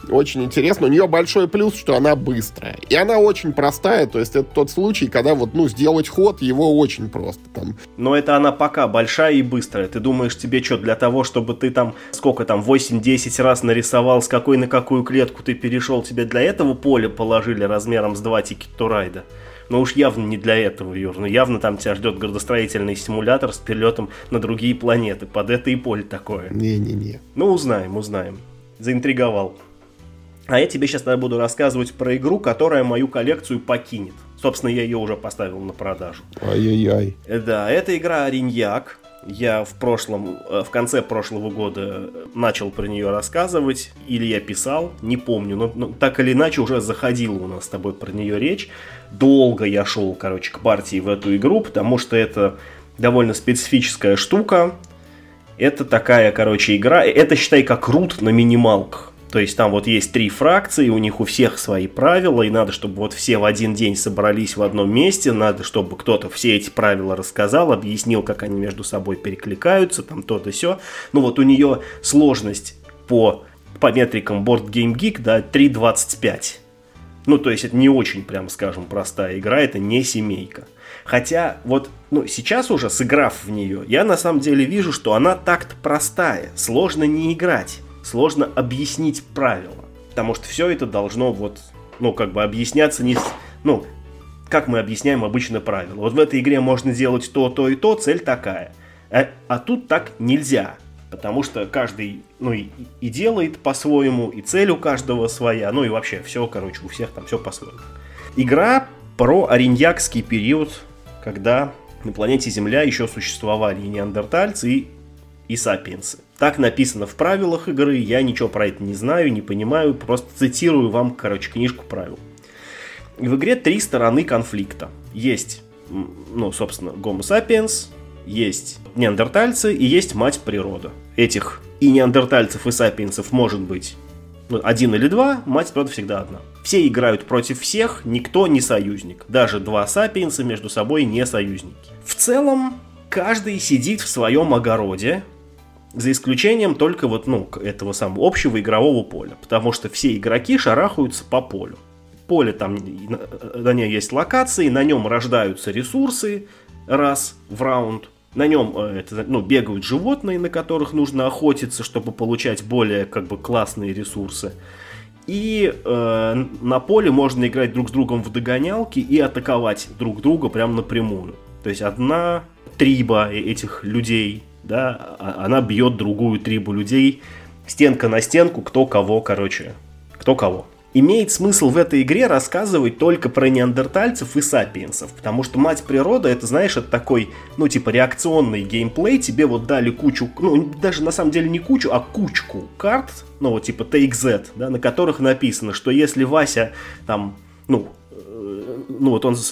Очень интересно. У нее большой плюс, что она быстрая. И она очень простая, то есть это тот случай, когда вот, ну, сделать ход, его очень просто там. Но это она пока большая и быстрая. Ты думаешь, тебе что, для того, чтобы ты там, сколько там, восемь-десять раз нарисовал, с какой на какую клетку ты перешел, тебе для этого поле положили размером с два Ticket to Ride? Но уж явно не для этого, Юр. Ну явно там тебя ждет градостроительный симулятор с перелетом на другие планеты. Под это и поле такое. Не-не-не. Ну узнаем, узнаем. Заинтриговал. А я тебе сейчас тогда буду рассказывать про игру, которая мою коллекцию покинет. Собственно, я ее уже поставил на продажу. Ай-яй-яй. Да, это игра Ариньяк. Я в прошлом, в конце прошлого года начал про нее рассказывать, или я писал, не помню, но, но так или иначе уже заходила у нас с тобой про нее речь. Долго я шел, короче, к партии в эту игру, потому что это довольно специфическая штука. Это такая, короче, игра, это считай как рут на минималках. То есть там вот есть три фракции, у них у всех свои правила, и надо, чтобы вот все в один день собрались в одном месте, надо, чтобы кто-то все эти правила рассказал, объяснил, как они между собой перекликаются, там то-то сё. Ну вот у нее сложность по, по метрикам Board Game Geek, да, три двадцать пять. Ну то есть это не очень, прям скажем, простая игра, это не семейка. Хотя вот ну, сейчас уже, сыграв в нее, я на самом деле вижу, что она так-то простая, сложно не играть. Сложно объяснить правила, потому что все это должно вот, ну, как бы объясняться не, ну, как мы объясняем обычно правила. Вот в этой игре можно делать то, то и то, цель такая. А, а тут так нельзя, потому что каждый, ну, и, и делает по-своему, и цель у каждого своя, ну, и вообще все, короче, у всех там все по-своему. Игра про ариньякский период, когда на планете Земля еще существовали и неандертальцы, и, и сапиенсы. Так написано в правилах игры, я ничего про это не знаю, не понимаю, просто цитирую вам, короче, книжку правил. И в игре три стороны конфликта. Есть, ну, собственно, Homo sapiens, есть неандертальцы и есть мать природа. Этих и неандертальцев, и сапиенсов может быть ну, один или два, мать природа всегда одна. Все играют против всех, никто не союзник. Даже два сапиенса между собой не союзники. В целом, каждый сидит в своем огороде, за исключением только вот, ну, этого самого общего игрового поля. Потому что все игроки шарахаются по полю. Поле там, на нем есть локации, на нем рождаются ресурсы раз в раунд. На нем это, ну, бегают животные, на которых нужно охотиться, чтобы получать более как бы классные ресурсы. И э, на поле можно играть друг с другом в догонялки и атаковать друг друга прям напрямую. То есть одна триба этих людей, да, она бьет другую трибу людей стенка на стенку, кто кого, короче, кто кого. Имеет смысл в этой игре рассказывать только про неандертальцев и сапиенсов, потому что мать природа, это, знаешь, это такой, ну, типа, реакционный геймплей, тебе вот дали кучу, ну, даже на самом деле не кучу, а кучку карт, ну, вот, типа, Take Z, да, на которых написано, что если Вася, там, ну, э, ну, вот он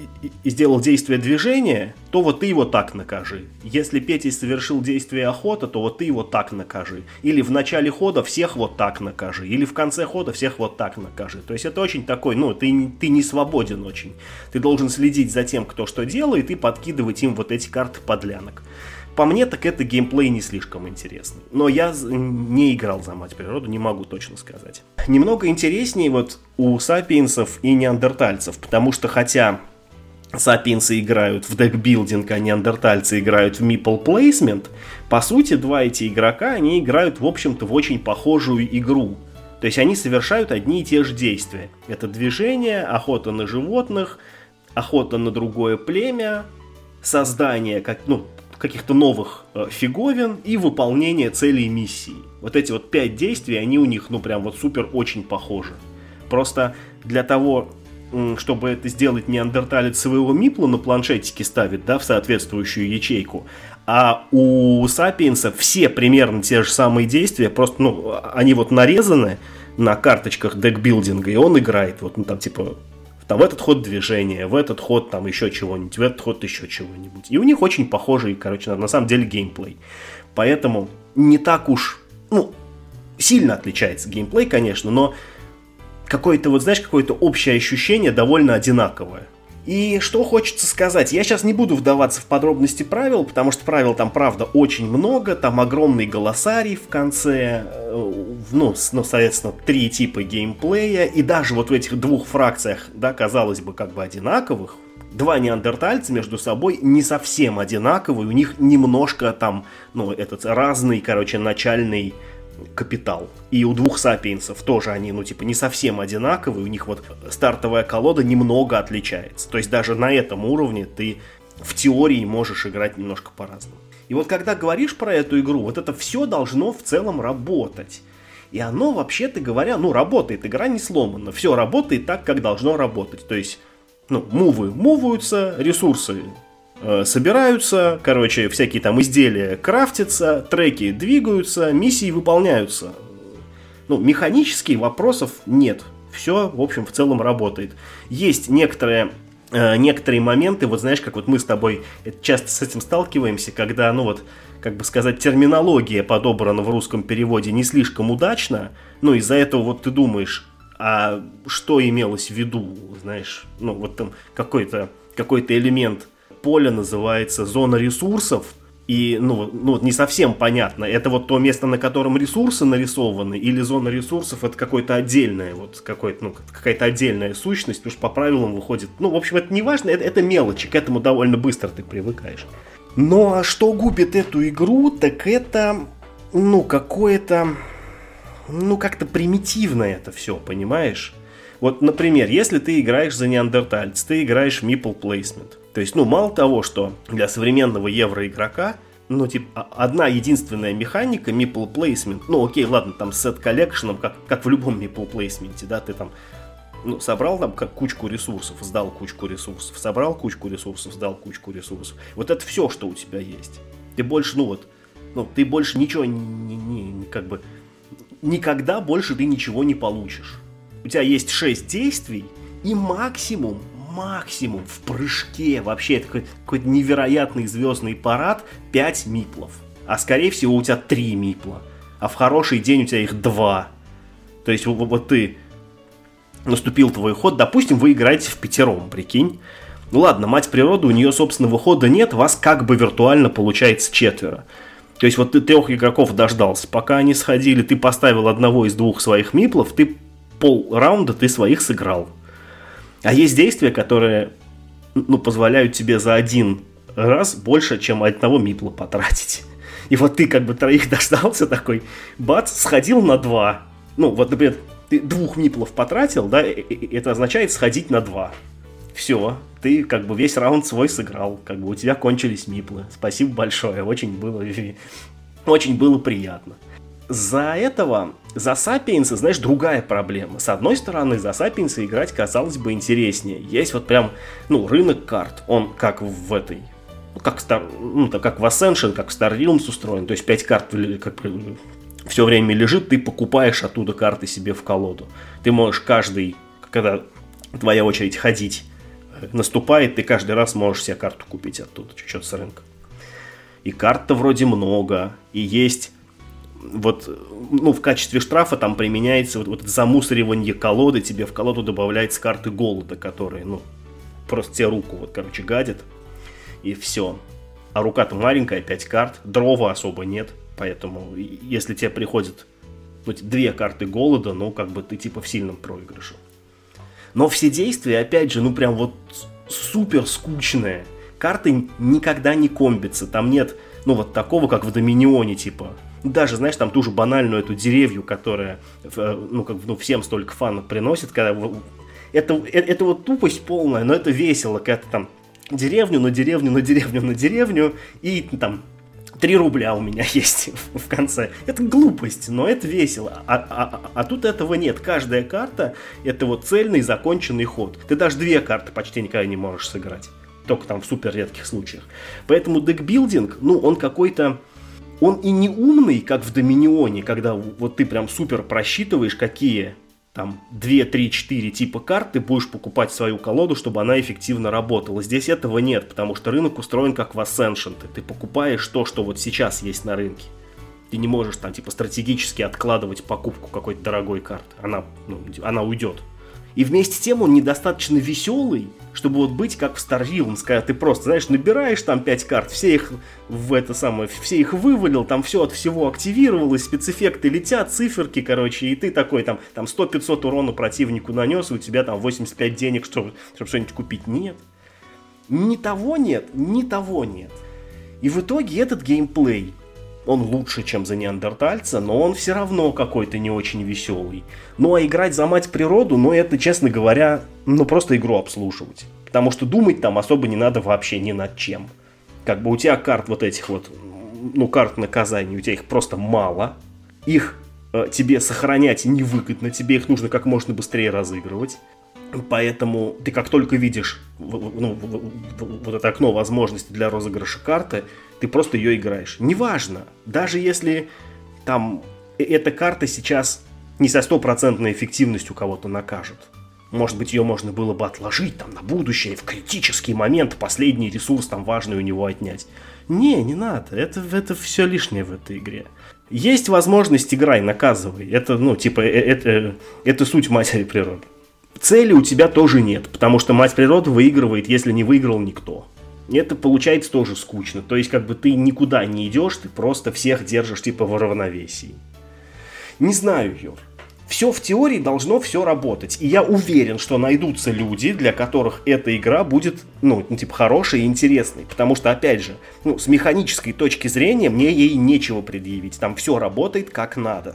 и сделал действие движения, то вот ты его так накажи. Если Петя совершил действие охота, то вот ты его так накажи. Или в начале хода всех вот так накажи. Или в конце хода всех вот так накажи. То есть это очень такой, ну, ты, ты не свободен очень. Ты должен следить за тем, кто что делает, и подкидывать им вот эти карты подлянок. По мне, так это геймплей не слишком интересный. Но я не играл за мать природу, не могу точно сказать. Немного интереснее вот у сапиенсов и неандертальцев, потому что хотя сапиенсы играют в декбилдинг, а неандертальцы играют в meeple placement, по сути, два эти игрока, они играют, в общем-то, в очень похожую игру. То есть они совершают одни и те же действия. Это движение, охота на животных, охота на другое племя, создание как, ну, каких-то новых э, фиговин и выполнение целей миссии. Вот эти вот пять действий, они у них, ну, прям вот супер очень похожи. Просто для того, чтобы это сделать, неандерталец своего мипла на планшетике ставит, да, в соответствующую ячейку, а у сапиенсов все примерно те же самые действия, просто, ну, они вот нарезаны на карточках декбилдинга, и он играет, вот, ну, там, типа, там, в этот ход движения, в этот ход там еще чего-нибудь, в этот ход еще чего-нибудь. И у них очень похожий, короче, на самом деле геймплей. Поэтому не так уж, ну, сильно отличается геймплей, конечно, но какое-то, вот знаешь, какое-то общее ощущение довольно одинаковое. И что хочется сказать, я сейчас не буду вдаваться в подробности правил, потому что правил там, правда, очень много, там огромный голосарий в конце, ну, ну, соответственно, три типа геймплея, и даже вот в этих двух фракциях, да, казалось бы, как бы одинаковых, два неандертальца между собой не совсем одинаковые, у них немножко там, ну, этот разный, короче, начальный капитал. И у двух сапиенсов тоже они, ну, типа, не совсем одинаковые, у них вот стартовая колода немного отличается. То есть даже на этом уровне ты в теории можешь играть немножко по-разному. И вот когда говоришь про эту игру, вот это все должно в целом работать. И оно, вообще-то говоря, ну, работает, игра не сломана, все работает так, как должно работать. То есть, ну, мувы муваются, ресурсы собираются, короче, всякие там изделия крафтятся, треки двигаются, миссии выполняются. Ну, механически вопросов нет. Все, в общем, в целом работает. Есть некоторые, э, некоторые моменты, вот знаешь, как вот мы с тобой часто с этим сталкиваемся, когда, ну вот, как бы сказать, терминология подобрана в русском переводе не слишком удачно, ну, из-за этого вот ты думаешь, а что имелось в виду, знаешь, ну, вот там какой-то, какой-то элемент поле называется зона ресурсов, и ну, ну вот не совсем понятно, это вот то место, на котором ресурсы нарисованы, или зона ресурсов это какое-то отдельное, вот какое-то, ну, какая-то отдельная сущность, потому что по правилам выходит, ну, в общем, это не важно, это, это мелочи, к этому довольно быстро ты привыкаешь. Но а что губит эту игру, так это, ну, какое-то, ну, как-то примитивно это все, понимаешь? Вот, например, если ты играешь за неандертальц, ты играешь в meeple placement. То есть, ну, мало того, что для современного евроигрока, ну, типа, одна единственная механика meeple placement, ну, окей, ладно, там с set collection, как, как в любом meeple placement, да, ты там, ну, собрал там как кучку ресурсов, сдал кучку ресурсов, собрал кучку ресурсов, сдал кучку ресурсов. Вот это все, что у тебя есть. Ты больше, ну, вот, ну, ты больше ничего, не, не, не, как бы, никогда больше ты ничего не получишь. У тебя есть шесть действий, и максимум, максимум в прыжке, вообще это какой-то, какой-то невероятный звездный парад, пять миплов. А скорее всего у тебя три мипла. А в хороший день у тебя их два. То есть вот, вот ты, наступил твой ход, допустим, вы играете в пятером, прикинь. Ну ладно, мать природа, у нее собственного хода нет, вас как бы виртуально получается четверо. То есть вот ты трех игроков дождался, пока они сходили, ты поставил одного из двух своих миплов, ты пол раунда ты своих сыграл. А есть действия, которые, ну, позволяют тебе за один раз больше, чем одного мипла потратить. И вот ты как бы троих дождался такой, бац, сходил на два. Ну, вот, например, ты двух миплов потратил, да, и это означает сходить на два. Все, ты как бы весь раунд свой сыграл, как бы у тебя кончились миплы. Спасибо большое, очень было, очень было приятно. За этого, за сапиенса, знаешь, другая проблема. С одной стороны, за сапиенса играть, казалось бы, интереснее. Есть вот прям, ну, рынок карт, он как в этой, ну, как, Star, ну, как в Ascension, как в Star Realms устроен. То есть пять карт как, все время лежит, ты покупаешь оттуда карты себе в колоду. Ты можешь каждый, когда твоя очередь ходить наступает, ты каждый раз можешь себе карту купить оттуда, что-то с рынка. И карт-то вроде много, и есть... Вот, ну, в качестве штрафа там применяется вот, вот это замусоривание колоды, тебе в колоду добавляются карты голода, которые, ну, просто тебе руку, вот, короче, гадят, и все. А рука-то маленькая, пять карт, дрова особо нет, поэтому, если тебе приходят, ну, две карты голода, ну, как бы ты, типа, в сильном проигрыше. Но все действия, опять же, ну, прям вот супер скучные. Карты никогда не комбятся, там нет, ну, вот такого, как в Доминионе, типа... Даже, знаешь, там ту же банальную эту деревню, которая, ну, как, ну, всем столько фана приносит, когда... Это, это вот тупость полная, но это весело, когда ты там деревню на деревню на деревню на деревню, и там три рубля у меня есть в конце. Это глупость, но это весело. А, а, а тут этого нет. Каждая карта — это вот цельный законченный ход. Ты даже две карты почти никогда не можешь сыграть. Только там в супер редких случаях. Поэтому декбилдинг, ну, он какой-то... Он и не умный, как в Доминионе, когда вот ты прям супер просчитываешь, какие там два, три, четыре типа карт ты будешь покупать свою колоду, чтобы она эффективно работала. Здесь этого нет, потому что рынок устроен как в Ascension. Ты покупаешь то, что вот сейчас есть на рынке. Ты не можешь там типа стратегически откладывать покупку какой-то дорогой карты. Она, ну, она уйдет. И вместе с тем он недостаточно веселый, чтобы вот быть как в Star Realms, когда ты просто, знаешь, набираешь там пять карт, все их в это самое, все их вывалил, там все от всего активировалось, спецэффекты летят, циферки, короче, и ты такой там, там сто-пятьсот урона противнику нанес, и у тебя там восемьдесят пять денег, чтобы, чтобы что-нибудь купить. Нет. Ни того нет, ни того нет. И в итоге этот геймплей, он лучше, чем за неандертальца, но он все равно какой-то не очень веселый. Ну а играть за мать природу, ну это, честно говоря, ну просто игру обслуживать. Потому что думать там особо не надо вообще ни над чем. Как бы у тебя карт вот этих вот, ну карт наказаний, у тебя их просто мало. Их э, тебе сохранять невыгодно, тебе их нужно как можно быстрее разыгрывать. Поэтому ты как только видишь ну, вот это окно возможностей для розыгрыша карты, ты просто ее играешь. Неважно, даже если там эта карта сейчас не со стопроцентной эффективностью кого-то накажет. Может быть, ее можно было бы отложить там на будущее, в критический момент последний ресурс там важный у него отнять. Не, не надо, это, это все лишнее в этой игре. Есть возможность, играй, наказывай. Это, ну, типа, это, это суть матери природы. Цели у тебя тоже нет, потому что мать природы выигрывает, если не выиграл никто. И это получается тоже скучно. То есть, как бы ты никуда не идешь, ты просто всех держишь типа в равновесии. Не знаю, Юр. Все в теории должно все работать. И я уверен, что найдутся люди, для которых эта игра будет, ну, типа, хорошей и интересной. Потому что, опять же, ну, с механической точки зрения мне ей нечего предъявить. Там все работает как надо.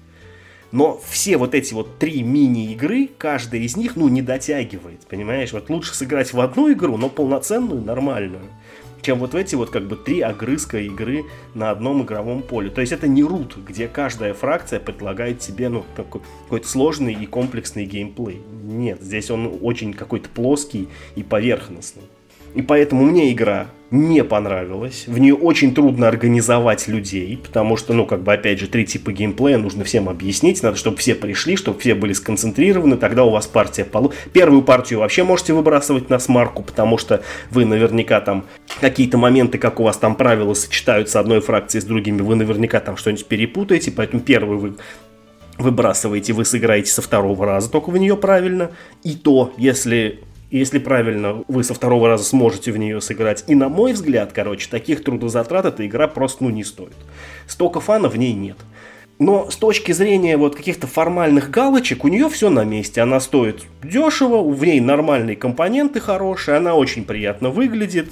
Но все вот эти вот три мини-игры, каждая из них, ну, не дотягивает, понимаешь? Вот лучше сыграть в одну игру, но полноценную, нормальную, чем вот в эти вот как бы три огрызка игры на одном игровом поле. То есть это не рут, где каждая фракция предлагает тебе, ну, такой, какой-то сложный и комплексный геймплей. Нет, здесь он очень какой-то плоский и поверхностный. И поэтому мне игра не понравилась. В нее очень трудно организовать людей, потому что, ну, как бы, опять же, три типа геймплея нужно всем объяснить. Надо, чтобы все пришли, чтобы все были сконцентрированы, тогда у вас партия полу... Первую партию вообще можете выбрасывать на смарку, потому что вы наверняка там какие-то моменты, как у вас там правила сочетаются одной фракции с другими, вы наверняка там что-нибудь перепутаете, поэтому первую вы выбрасываете, вы сыграете со второго раза только в нее правильно. И то, если... Если правильно, вы со второго раза сможете в нее сыграть. И на мой взгляд, короче, таких трудозатрат эта игра просто, ну, не стоит. Столько фана в ней нет. Но с точки зрения вот каких-то формальных галочек, у нее все на месте. Она стоит дешево, в ней нормальные компоненты хорошие, она очень приятно выглядит.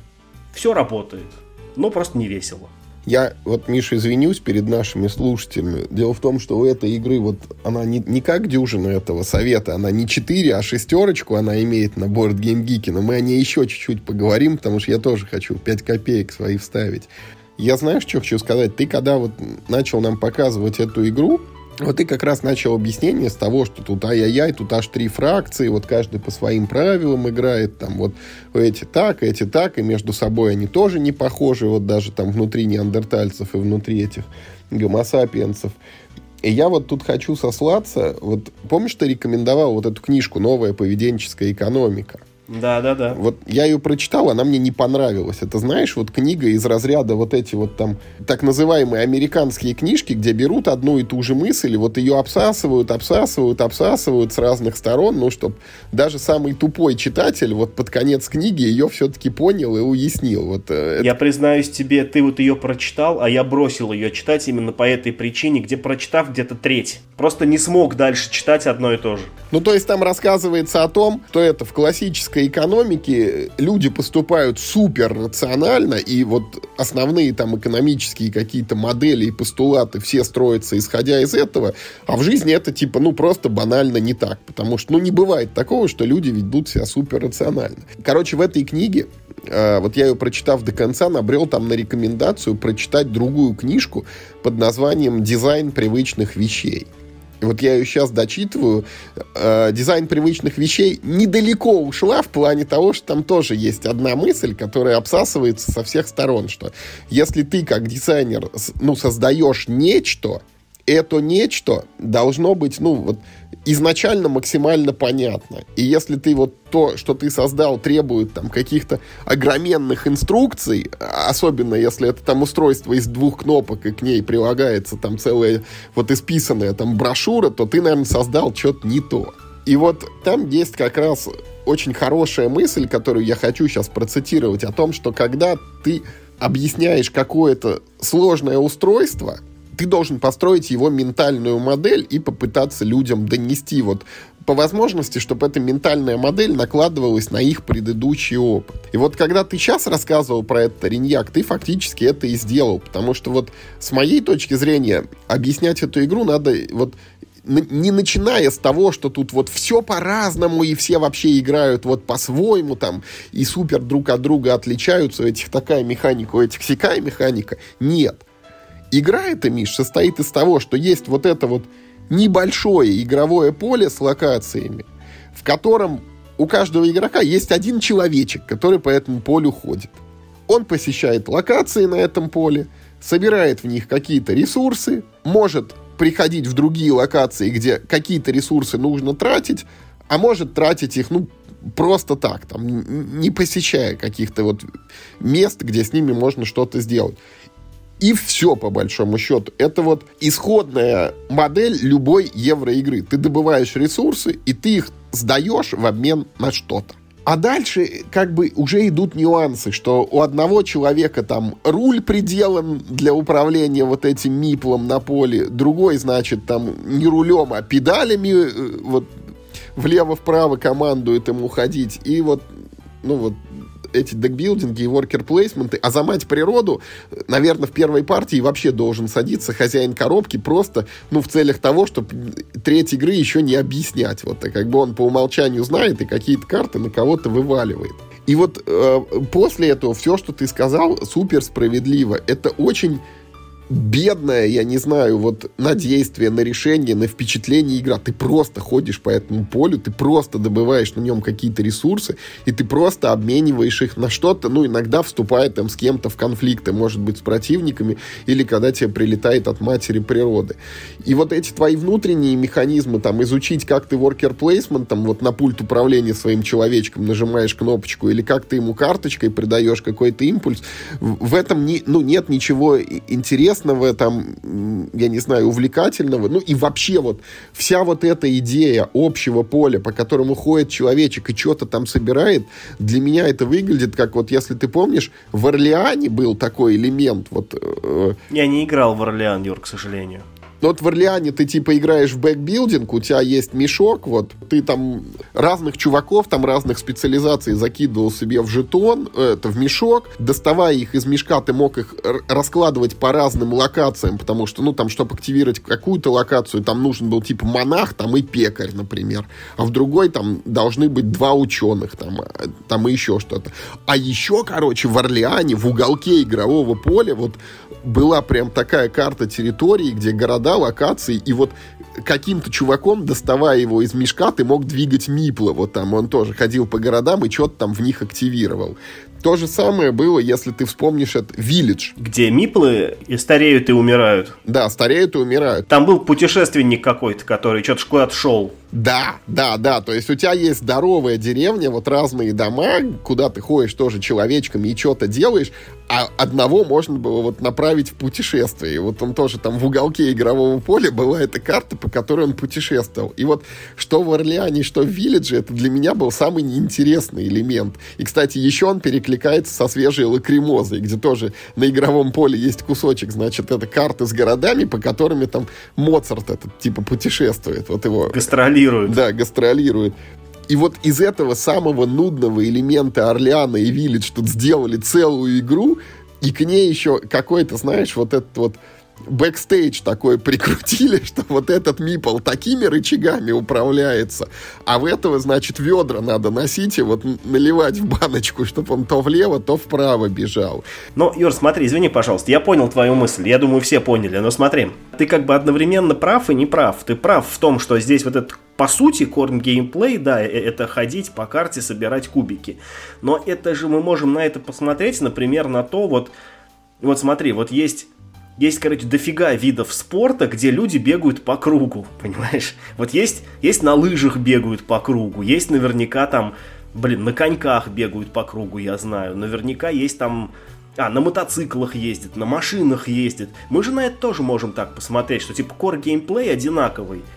Все работает, но просто не весело. Я вот, Миша, извинюсь перед нашими слушателями. Дело в том, что у этой игры вот она не, не как дюжина этого совета, она не четыре, а шестерочку она имеет на Board Game Geek, но мы о ней еще чуть-чуть поговорим, потому что я тоже хочу пять копеек свои вставить. Я знаешь, что хочу сказать? Ты когда вот начал нам показывать эту игру, вот ты как раз начал объяснение с того, что тут ай-яй-яй, тут аж три фракции, вот каждый по своим правилам играет, там вот эти так, эти так, и между собой они тоже не похожи, вот даже там внутри неандертальцев и внутри этих гомо-сапиенсов. И я вот тут хочу сослаться, вот помнишь, ты рекомендовал вот эту книжку «Новая поведенческая экономика»? Да, да, да. Вот я ее прочитал, она мне не понравилась. Это, знаешь, вот книга из разряда вот эти вот там так называемые американские книжки, где берут одну и ту же мысль, и вот ее обсасывают, обсасывают, обсасывают с разных сторон, ну, чтобы даже самый тупой читатель вот под конец книги ее все-таки понял и уяснил. Вот, э, я это... признаюсь тебе, ты вот ее прочитал, а я бросил ее читать именно по этой причине, где прочитав где-то треть. Просто не смог дальше читать одно и то же. Ну, то есть там рассказывается о том, что это в классической экономике люди поступают супер рационально, и вот основные там экономические какие-то модели и постулаты все строятся исходя из этого, а в жизни это типа, ну, просто банально не так, потому что, ну, не бывает такого, что люди ведут себя супер рационально. Короче, в этой книге, э, вот я ее, прочитав до конца, набрел там на рекомендацию прочитать другую книжку под названием «Дизайн привычных вещей». И вот я ее сейчас дочитываю. Э, дизайн привычных вещей недалеко ушла в плане того, что там тоже есть одна мысль, которая обсасывается со всех сторон, что если ты как дизайнер, ну, создаешь нечто, это нечто должно быть, ну, вот, изначально максимально понятно. И если ты вот то, что ты создал, требует там каких-то огроменных инструкций, особенно если это там устройство из двух кнопок, и к ней прилагается там целая вот исписанная там брошюра, то ты, наверное, создал что-то не то. И вот там есть как раз очень хорошая мысль, которую я хочу сейчас процитировать, о том, что когда ты объясняешь какое-то сложное устройство, ты должен построить его ментальную модель и попытаться людям донести вот по возможности, чтобы эта ментальная модель накладывалась на их предыдущий опыт. И вот когда ты сейчас рассказывал про этот Ариньяк, ты фактически это и сделал, потому что вот с моей точки зрения объяснять эту игру надо вот не начиная с того, что тут вот все по-разному, и все вообще играют вот по-своему, там, и супер друг от друга отличаются, у этих такая механика, у этих сякая механика. Нет. Игра эта, Миш, состоит из того, что есть вот это вот небольшое игровое поле с локациями, в котором у каждого игрока есть один человечек, который по этому полю ходит. Он посещает локации на этом поле, собирает в них какие-то ресурсы, может приходить в другие локации, где какие-то ресурсы нужно тратить, а может тратить их, ну, просто так, там, не посещая каких-то вот мест, где с ними можно что-то сделать. И все, по большому счету. Это вот исходная модель любой евроигры. Ты добываешь ресурсы, и ты их сдаешь в обмен на что-то. А дальше как бы уже идут нюансы, что у одного человека там руль приделан для управления вот этим миплом на поле, другой, значит, там не рулем, а педалями вот влево-вправо командует ему ходить. И вот, ну вот, эти декбилдинги и воркер-плейсменты, а за мать природу, наверное, в первой партии вообще должен садиться хозяин коробки просто, ну, в целях того, чтобы треть игры еще не объяснять. Вот, и как бы он по умолчанию знает и какие-то карты на кого-то вываливает. И вот э, после этого все, что ты сказал, супер справедливо. Это очень бедная, я не знаю, вот на действие, на решение, на впечатление игра. Ты просто ходишь по этому полю, ты просто добываешь на нем какие-то ресурсы, и ты просто обмениваешь их на что-то, ну, иногда вступая там с кем-то в конфликты, может быть, с противниками, или когда тебе прилетает от матери природы. И вот эти твои внутренние механизмы, там, изучить, как ты worker placement, там, вот на пульт управления своим человечком нажимаешь кнопочку, или как ты ему карточкой придаешь какой-то импульс, в этом не, ну, нет ничего интересного, там, я не знаю, увлекательного. Ну и вообще вот вся вот эта идея общего поля, по которому ходит человечек и что-то там собирает, для меня это выглядит как вот, если ты помнишь, в Орлеане был такой элемент. Вот, э, я не играл в Орлеан, Юр, к сожалению. Но вот в Орлеане ты типа играешь в бэкбилдинг, у тебя есть мешок, вот, ты там разных чуваков, там разных специализаций закидывал себе в жетон, это, в мешок, доставая их из мешка, ты мог их раскладывать по разным локациям, потому что, ну, там, чтобы активировать какую-то локацию, там нужен был типа монах, там и пекарь, например, а в другой там должны быть два ученых, там, там и еще что-то. А еще, короче, в Орлеане, в уголке игрового поля, вот, была прям такая карта территории, где города, локации, и вот каким-то чуваком, доставая его из мешка, ты мог двигать мипла, вот там он тоже ходил по городам и что-то там в них активировал. То же самое было, если ты вспомнишь, это Village. Где миплы и стареют и умирают. Да, стареют и умирают. Там был путешественник какой-то, который что-то куда-то шел. Да, да, да, то есть у тебя есть здоровая деревня, вот разные дома, куда ты ходишь тоже человечками и что-то делаешь, а одного можно было вот направить в путешествие. И вот он тоже там в уголке игрового поля была эта карта, по которой он путешествовал. И вот что в Орлеане, что в Виллидже, это для меня был самый неинтересный элемент. И, кстати, еще он перекликается со свежей Лакримозой, где тоже на игровом поле есть кусочек, значит, это карты с городами, по которым там Моцарт этот типа путешествует. Вот его... Гастролирует. Да, гастролирует. И вот из этого самого нудного элемента Орлеана и Village тут сделали целую игру, и к ней еще какой-то, знаешь, вот этот вот бэкстейдж такой прикрутили, что вот этот мипл такими рычагами управляется, а в этого, значит, ведра надо носить и вот наливать в баночку, чтобы он то влево, то вправо бежал. Ну, Юр, смотри, извини, пожалуйста, я понял твою мысль, я думаю, все поняли, но смотри, ты как бы одновременно прав и не прав. Ты прав в том, что здесь вот этот, по сути, корн геймплей, да, это ходить по карте, собирать кубики. Но это же мы можем на это посмотреть, например, на то, вот, вот смотри, вот есть... Есть, короче, дофига видов спорта, где люди бегают по кругу, понимаешь? Вот есть, есть на лыжах бегают по кругу, есть наверняка там, блин, на коньках бегают по кругу, я знаю. Наверняка есть там, а, на мотоциклах ездят, на машинах ездят. Мы же на это тоже можем так посмотреть, что типа core геймплей одинаковый.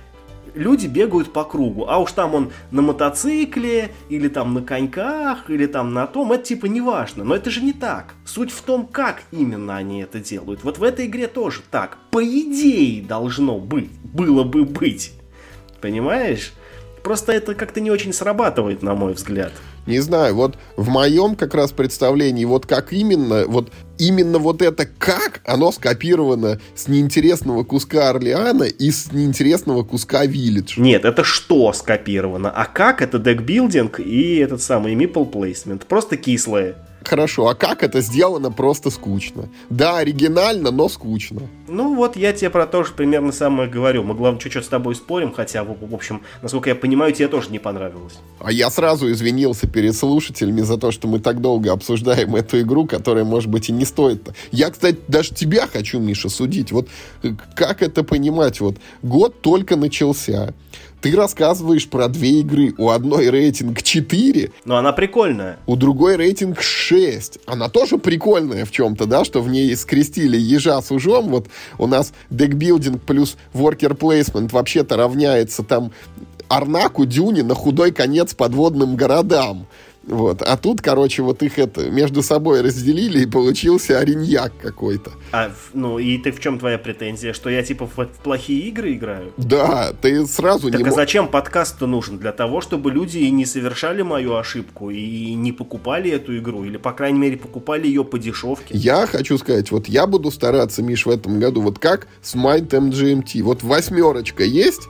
люди бегают по кругу, а уж там он на мотоцикле, или там на коньках, или там на том, это типа не важно. Но это же не так. Суть в том, как именно они это делают. Вот в этой игре тоже так. По идее должно быть, было бы быть. Понимаешь? Просто это как-то не очень срабатывает, на мой взгляд. Не знаю, вот в моем как раз представлении, вот как именно, вот именно вот это как, оно скопировано с неинтересного куска Орлеана и с неинтересного куска Village. Нет, это что скопировано, а как это декбилдинг и этот самый meeple placement, просто кислое. Хорошо, а как это сделано просто скучно? Да, оригинально, но скучно. Ну вот, я тебе про то же примерно самое говорю. Мы, главное, чуть-чуть с тобой спорим, хотя, в, в общем, насколько я понимаю, тебе тоже не понравилось. А я сразу извинился перед слушателями за то, что мы так долго обсуждаем эту игру, которая, может быть, и не стоит. Я, кстати, даже тебя хочу, Миша, судить. Вот как это понимать? Вот год только начался. Ты рассказываешь про две игры. У одной рейтинг четыре. Но она прикольная. У другой рейтинг шесть. Она тоже прикольная в чем-то, да, что в ней скрестили ежа с ужом. Вот у нас декбилдинг плюс worker placement вообще-то равняется там Арнаку, Дюне, на худой конец подводным городам. Вот. А тут, короче, вот их это между собой разделили, и получился ариньяк какой-то. А, ну, и ты в чем твоя претензия? Что я, типа, в, в плохие игры играю? Да, ты сразу так не... Так а зачем подкаст-то нужен? Для того, чтобы люди не совершали мою ошибку и не покупали эту игру, или, по крайней мере, покупали ее по дешевке. Я хочу сказать, вот я буду стараться, Миш, в этом году, вот как с Might эм джи эм ти. Вот восьмерочка есть...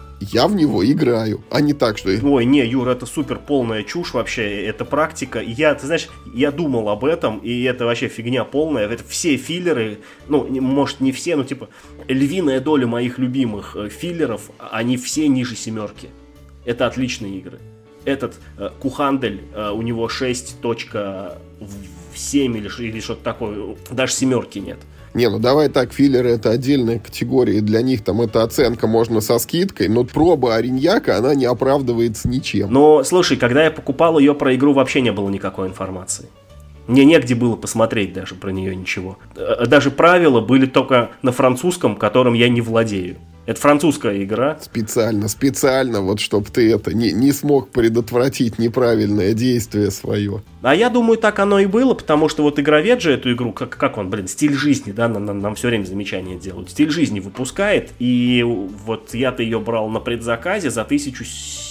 Я в него играю, а не так, что... Ой, не, Юр, это супер полная чушь вообще, это практика. Я, ты знаешь, я думал об этом, и это вообще фигня полная. Это все филлеры, ну, может, не все, но типа львиная доля моих любимых филлеров, они все ниже семерки. Это отличные игры. Этот э, Кухандель, э, у него шесть точка семь или, или что-то такое, даже семерки нет. Не, ну давай так, филлеры — это отдельная категория, и для них там эта оценка можно со скидкой, но проба Ариньяка, она не оправдывается ничем. Но, слушай, когда я покупал ее, про игру вообще не было никакой информации. Мне негде было посмотреть даже про нее ничего. Даже правила были только на французском, которым я не владею. Это французская игра. Специально, специально, вот чтоб ты это не, не смог предотвратить неправильное действие свое. А я думаю, так оно и было, потому что вот игровед же эту игру, как, как он, блин, стиль жизни, да, нам, нам все время замечания делают. Стиль жизни выпускает, и вот я-то ее брал на предзаказе за тысячу...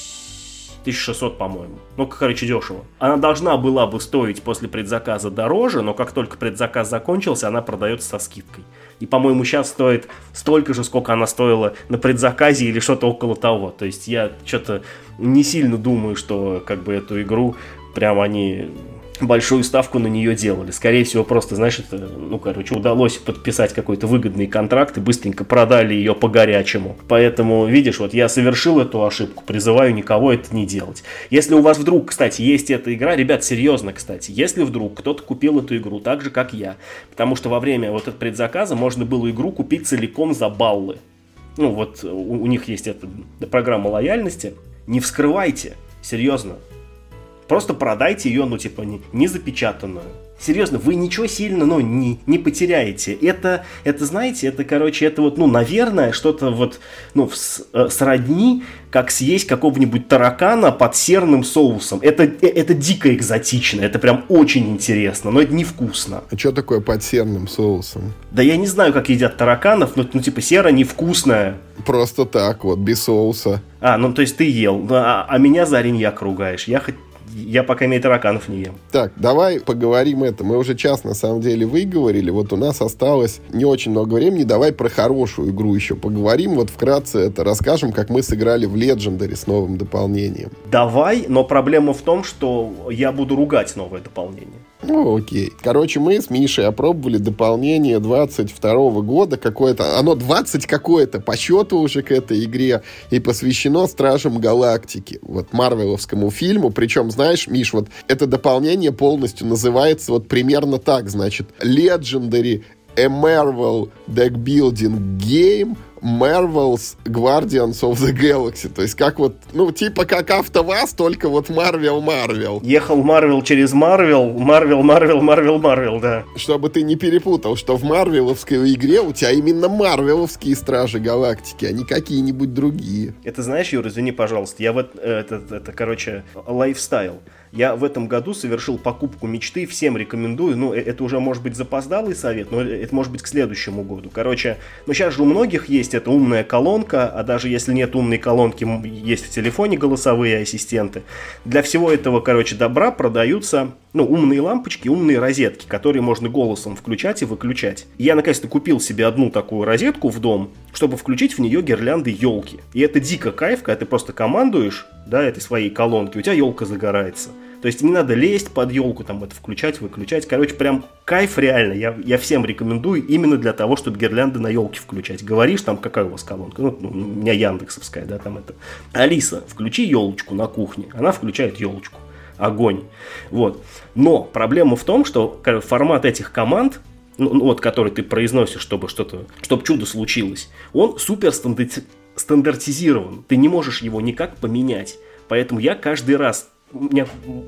тысяча шестьсот, по-моему. Ну, короче, дешево. Она должна была бы стоить после предзаказа дороже, но как только предзаказ закончился, она продается со скидкой. И, по-моему, сейчас стоит столько же, сколько она стоила на предзаказе или что-то около того. То есть я что-то не сильно думаю, что как бы эту игру прям они... большую ставку на нее делали. Скорее всего, просто, знаешь, это, ну, короче, удалось подписать какой-то выгодный контракт и быстренько продали ее по-горячему. Поэтому, видишь, вот я совершил эту ошибку, призываю никого это не делать. Если у вас вдруг, кстати, есть эта игра, ребят, серьезно, кстати, если вдруг кто-то купил эту игру так же, как я, потому что во время вот этого предзаказа можно было игру купить целиком за баллы. Ну, вот у, у них есть эта программа лояльности. Не вскрывайте, серьезно. Просто продайте ее, ну, типа, не, не запечатанную. Серьезно, вы ничего сильно, ну, не, не потеряете. Это, это, знаете, это, короче, это вот, ну, наверное, что-то вот, ну, с, э, сродни, как съесть какого-нибудь таракана под серным соусом. Это, э, это дико экзотично, это прям очень интересно, но это невкусно. А что такое под серным соусом? Да я не знаю, как едят тараканов, но, ну, типа, сера невкусная. Просто так вот, без соуса. А, ну, то есть ты ел, а, а меня за ариньяк ругаешь. Я хоть... Я пока имею тараканов не ем. Так, давай поговорим это. Мы уже час, на самом деле, выговорили. Вот у нас осталось не очень много времени. Давай про хорошую игру еще поговорим. Вот вкратце это расскажем, как мы сыграли в Legendary с новым дополнением. Давай, но проблема в том, что я буду ругать новое дополнение. Ну, окей. Короче, мы с Мишей опробовали дополнение двадцать второго года. Какое-то, оно двадцать какое-то по счету уже к этой игре. И посвящено Стражам Галактики. Вот марвеловскому фильму. Причем, знаешь, Миш, вот это дополнение полностью называется вот примерно так. Значит, Legendary A Marvel Deck Building Game Marvel's Guardians of the Galaxy. То есть как вот, ну, типа как АвтоВАЗ, только вот Marvel Marvel. Ехал Marvel через Marvel, Marvel, Marvel, Marvel, Marvel, да. Чтобы ты не перепутал, что в марвеловской игре у тебя именно марвеловские Стражи Галактики, а не какие-нибудь другие. Это знаешь, Юр, извини, пожалуйста, я вот, это, это, это, короче, лайфстайл. Я в этом году совершил покупку мечты, всем рекомендую. Ну, это уже может быть запоздалый совет, но это может быть к следующему году. Короче, ну сейчас же у многих есть эта умная колонка, а даже если нет умной колонки, есть в телефоне голосовые ассистенты. Для всего этого, короче, добра продаются, ну, умные лампочки, умные розетки, которые можно голосом включать и выключать. И я, наконец-то, купил себе одну такую розетку в дом, чтобы включить в нее гирлянды елки. И это дико кайф, когда ты просто командуешь, да, этой своей колонки, у тебя елка загорается. То есть не надо лезть под елку, там это включать, выключать. Короче, прям кайф реально. Я, я всем рекомендую именно для того, чтобы гирлянды на елке включать. Говоришь, там, какая у вас колонка? Ну, у меня яндексовская, да, там это. Алиса, включи елочку на кухне. Она включает елочку. Огонь. Вот. Но проблема в том, что формат этих команд, ну, вот, который ты произносишь, чтобы что-то, чтобы чудо случилось, он супер стандарти- стандартизирован. Ты не можешь его никак поменять. Поэтому я каждый раз, у меня,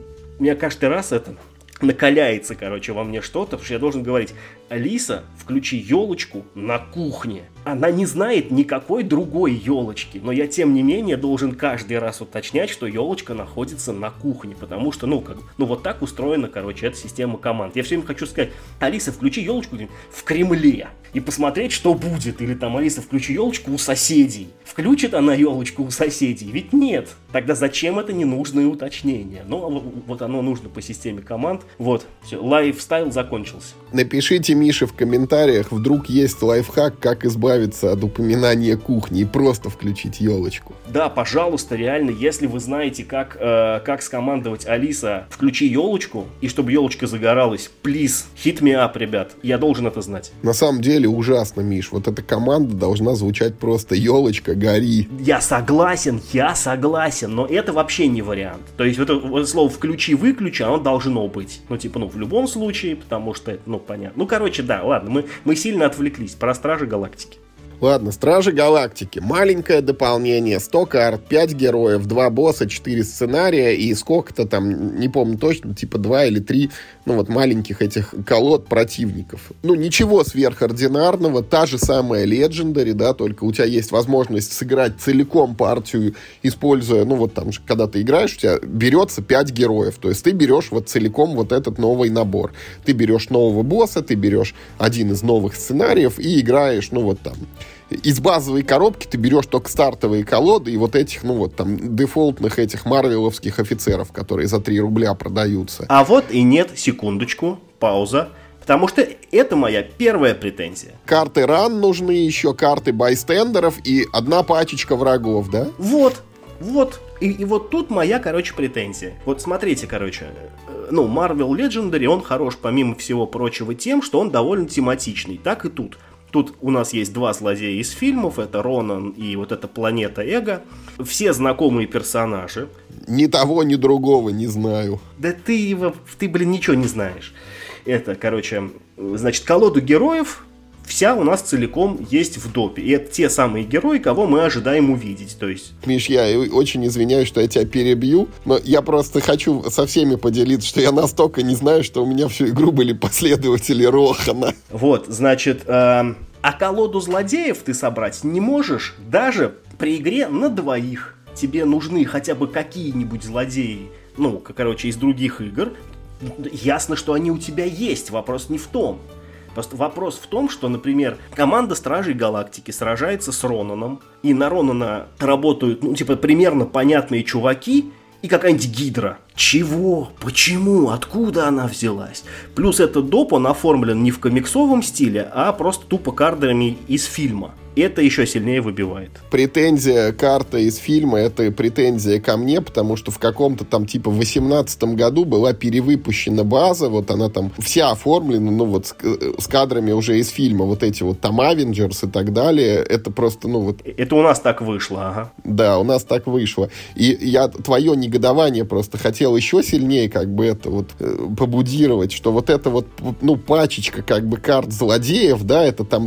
у меня каждый раз это накаляется, короче, во мне что-то, потому что я должен говорить: Алиса, включи елочку на кухне. Она не знает никакой другой елочки, но я, тем не менее, должен каждый раз уточнять, что елочка находится на кухне, потому что, ну, как, ну, вот так устроена, короче, эта система команд. Я все время хочу сказать: Алиса, включи елочку в Кремле и посмотреть, что будет. Или там: Алиса, включи елочку у соседей. Включит она елочку у соседей? Ведь нет. Тогда зачем это ненужное уточнение? Ну, вот оно нужно по системе команд. Вот, все, лайфстайл закончился. Напишите Мише в комментариях, вдруг есть лайфхак, как избавиться от упоминания кухни и просто включить елочку. Да, пожалуйста, реально, если вы знаете, как, э, как скомандовать: Алиса, включи елочку, и чтобы елочка загоралась, please, hit me up, ребят, я должен это знать. На самом деле ужасно, Миш, вот эта команда должна звучать просто: елочка, гори. Я согласен, я согласен, но это вообще не вариант. То есть вот это, вот это слово включи-выключи, оно должно быть. Ну, типа, ну, в любом случае, потому что, ну, понятно. Ну, короче, да, ладно, мы, мы сильно отвлеклись про Стражи Галактики. Ладно, Стражи Галактики. Маленькое дополнение, сто карт, пять героев, два босса, четыре сценария и сколько-то там, не помню точно, типа два или три, ну вот маленьких этих колод противников. Ну, ничего сверхординарного, та же самая Legendary, да, только у тебя есть возможность сыграть целиком партию, используя, ну вот там, когда ты играешь, у тебя берется пять героев, то есть ты берешь вот целиком вот этот новый набор. Ты берешь нового босса, ты берешь один из новых сценариев и играешь, ну вот там... Из базовой коробки ты берешь только стартовые колоды и вот этих, ну вот там, дефолтных этих марвеловских офицеров, которые за три рубля продаются. А вот и нет, секундочку, пауза. Потому что это моя первая претензия. Карты ран нужны, еще карты байстендеров и одна пачечка врагов, да? Вот, вот. И, и вот тут моя, короче, претензия. Вот смотрите, короче, ну, Marvel Legendary, он хорош, помимо всего прочего, тем, что он довольно тематичный. Так и тут. Тут у нас есть два злодея из фильмов, это Ронан и вот эта планета Эго. Все знакомые персонажи. Ни того, ни другого не знаю. Да ты его, ты, блин, ничего не знаешь. Это, короче, значит, колоду героев вся у нас целиком есть в допе. И это те самые герои, кого мы ожидаем увидеть. То есть... Миш, я очень извиняюсь, что я тебя перебью, но я просто хочу со всеми поделиться, что я настолько не знаю, что у меня всю игру были последователи Рохана. Вот, значит, э, а колоду злодеев ты собрать не можешь даже при игре на двоих. Тебе нужны хотя бы какие-нибудь злодеи, ну, короче, из других игр. Ясно, что они у тебя есть, вопрос не в том. Просто вопрос в том, что, например, команда Стражей Галактики сражается с Ронаном, и на Ронана работают, ну, типа, примерно понятные чуваки, и какая-нибудь Гидра. Чего? Почему? Откуда она взялась? Плюс этот доп, он оформлен не в комиксовом стиле, а просто тупо кадрами из фильма. Это еще сильнее выбивает. Претензия карта из фильма — это претензия ко мне, потому что в каком-то там типа в восемнадцатом году была перевыпущена база, вот она там вся оформлена, ну вот с, с кадрами уже из фильма, вот эти вот там Avengers и так далее, это просто, ну вот... Это у нас так вышло, ага. Да, у нас так вышло. И я твое негодование просто хотел еще сильнее как бы это вот побудировать, что вот эта вот, ну, пачечка как бы карт злодеев, да, это там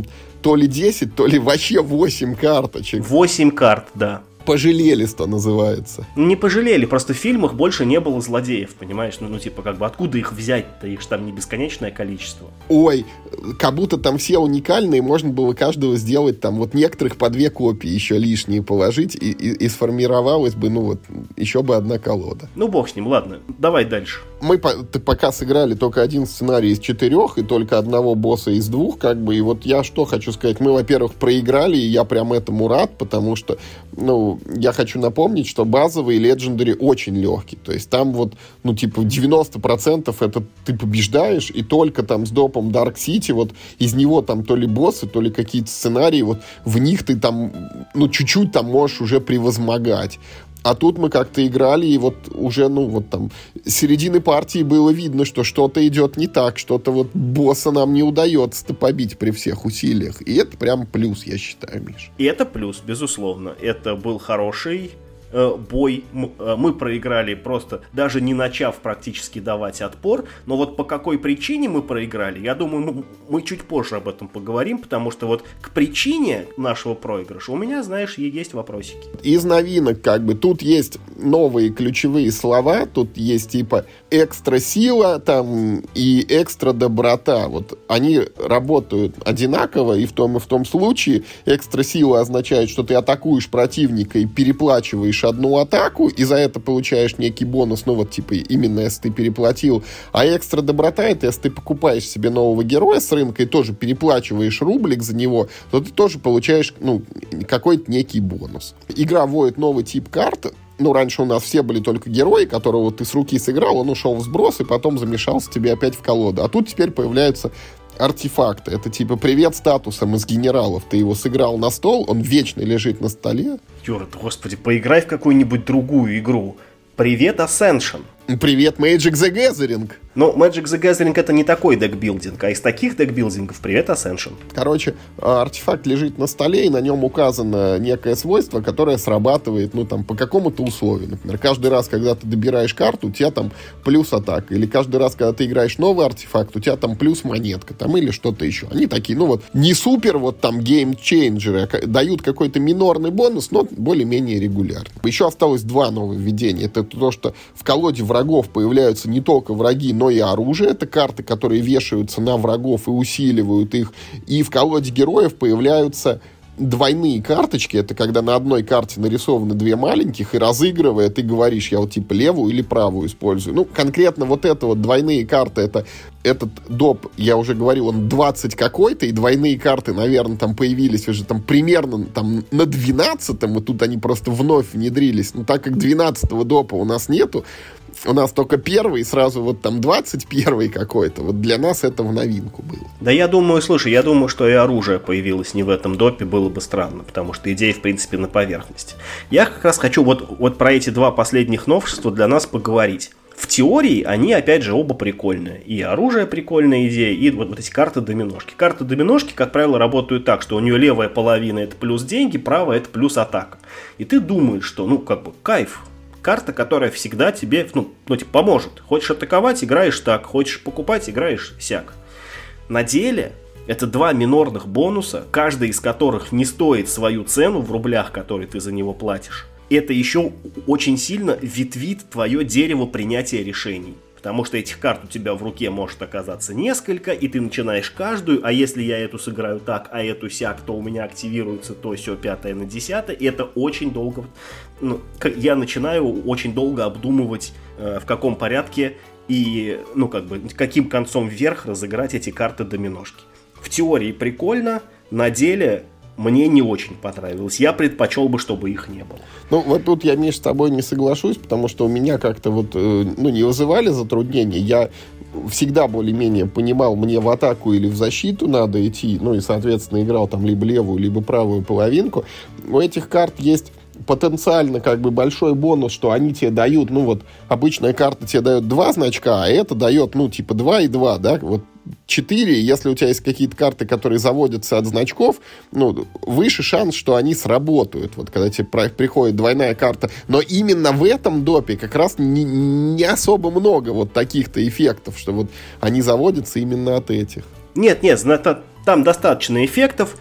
то ли десять, то ли вообще восемь карточек. восемь карт, да. Пожалели, что называется. Не пожалели, просто в фильмах больше не было злодеев, понимаешь? Ну, ну типа, как бы, откуда их взять-то? Их же там не бесконечное количество. Ой, как будто там все уникальные, можно было каждого сделать там, вот некоторых по две копии еще лишние положить, и, и, и сформировалась бы, ну вот, еще бы одна колода. Ну, бог с ним, ладно, давай дальше. Мы по- пока сыграли только один сценарий из четырех, и только одного босса из двух, как бы, и вот я что хочу сказать, мы, во-первых, проиграли, и я прям этому рад, потому что, ну, я хочу напомнить, что базовый Legendary очень легкий. То есть там вот, ну, типа, девяносто процентов это ты побеждаешь, и только там с допом Dark City, вот из него там то ли боссы, то ли какие-то сценарии, вот в них ты там, ну, чуть-чуть там можешь уже превозмогать. А тут мы как-то играли, и вот уже, ну, вот там, с середины партии было видно, что что-то идет не так, что-то вот босса нам не удается побить при всех усилиях. И это прям плюс, я считаю, Миш. И это плюс, безусловно. Это был хороший э, бой. М- э, мы проиграли просто, даже не начав практически давать отпор. Но вот по какой причине мы проиграли, я думаю, ну, мы чуть позже об этом поговорим, потому что вот к причине нашего проигрыша у меня, знаешь, есть вопросики. Из новинок, как бы, тут есть новые ключевые слова, тут есть типа экстра сила там и экстра доброта. Вот они работают одинаково, и в том и в том случае экстра сила означает, что ты атакуешь противника и переплачиваешь одну атаку, и за это получаешь некий бонус, ну вот типа именно если ты переплатил. А экстра доброта — это если ты покупаешь себе нового героя с рынка и тоже переплачиваешь рублик за него, то ты тоже получаешь, ну, какой-то некий бонус. Игра вводит новый тип карт. Ну, раньше у нас все были только герои, которого ты с руки сыграл, он ушел в сброс и потом замешался тебе опять в колоду. А тут теперь появляются артефакты. Это типа привет статусом из генералов. Ты его сыграл на стол, он вечно лежит на столе. Юра, господи, поиграй в какую-нибудь другую игру. Привет, Ascension. Привет, Magic the Gathering. Но Magic the Gathering это не такой декбилдинг, а из таких декбилдингов привет, Ascension. Короче, артефакт лежит на столе, и на нем указано некое свойство, которое срабатывает, ну, там, по какому-то условию. Например, каждый раз, когда ты добираешь карту, у тебя там плюс атака. Или каждый раз, когда ты играешь новый артефакт, у тебя там плюс монетка, там, или что-то еще. Они такие, ну, вот, не супер, вот, там, геймчейнджеры, а дают какой-то минорный бонус, но более-менее регулярно. Еще осталось два нововведения. Это то, что в колоде врагов появляются не только враги, но и оружие. Это карты, которые вешаются на врагов и усиливают их. И в колоде героев появляются двойные карточки. Это когда на одной карте нарисованы две маленьких, и разыгрывая, ты говоришь, я вот типа левую или правую использую. Ну, конкретно вот это вот двойные карты, это этот доп, я уже говорил, он двадцать какой-то, и двойные карты, наверное, там появились уже там примерно там на двенадцатом, и тут они просто вновь внедрились. Но так как двенадцатого допа у нас нету, у нас только первый, и сразу вот там двадцать первый какой-то. Вот для нас это в новинку было. Да я думаю, слушай, я думаю, что и оружие появилось не в этом допе, было бы странно, потому что идея, в принципе, на поверхности. Я как раз хочу вот, вот про эти два последних новшества для нас поговорить. В теории они, опять же, оба прикольные. И оружие прикольная идея, и вот, вот эти карты-доминошки. Карты-доминошки, как правило, работают так, что у нее левая половина это плюс деньги, правая это плюс атака. И ты думаешь, что, ну, как бы, кайф. Карта, которая всегда тебе, ну, ну, типа, поможет. Хочешь атаковать, играешь так. Хочешь покупать, играешь сяк. На деле это два минорных бонуса, каждый из которых не стоит свою цену в рублях, которые ты за него платишь. Это еще очень сильно ветвит твое дерево принятия решений. Потому что этих карт у тебя в руке может оказаться несколько, и ты начинаешь каждую, а если я эту сыграю так, а эту сяк, то у меня активируется то, сё, пятое на десятое, и это очень долго... Ну, я начинаю очень долго обдумывать, э, в каком порядке и, ну, как бы, каким концом вверх разыграть эти карты-доминошки. В теории прикольно, на деле... Мне не очень понравилось. Я предпочел бы, чтобы их не было. Ну, вот тут я, Миш, с тобой не соглашусь, потому что у меня как-то вот, э, ну, не вызывали затруднений. Я всегда более-менее понимал, мне в атаку или в защиту надо идти, ну, и, соответственно, играл там либо левую, либо правую половинку. У этих карт есть потенциально как бы большой бонус, что они тебе дают, ну, вот, обычная карта тебе дает два значка, а это дает, ну, типа два и два, да, вот, четыре, если у тебя есть какие-то карты, которые заводятся от значков, ну, выше шанс, что они сработают, вот, когда тебе приходит двойная карта, но именно в этом допе как раз не, не особо много вот таких-то эффектов, что вот они заводятся именно от этих. Нет, нет, там достаточно эффектов.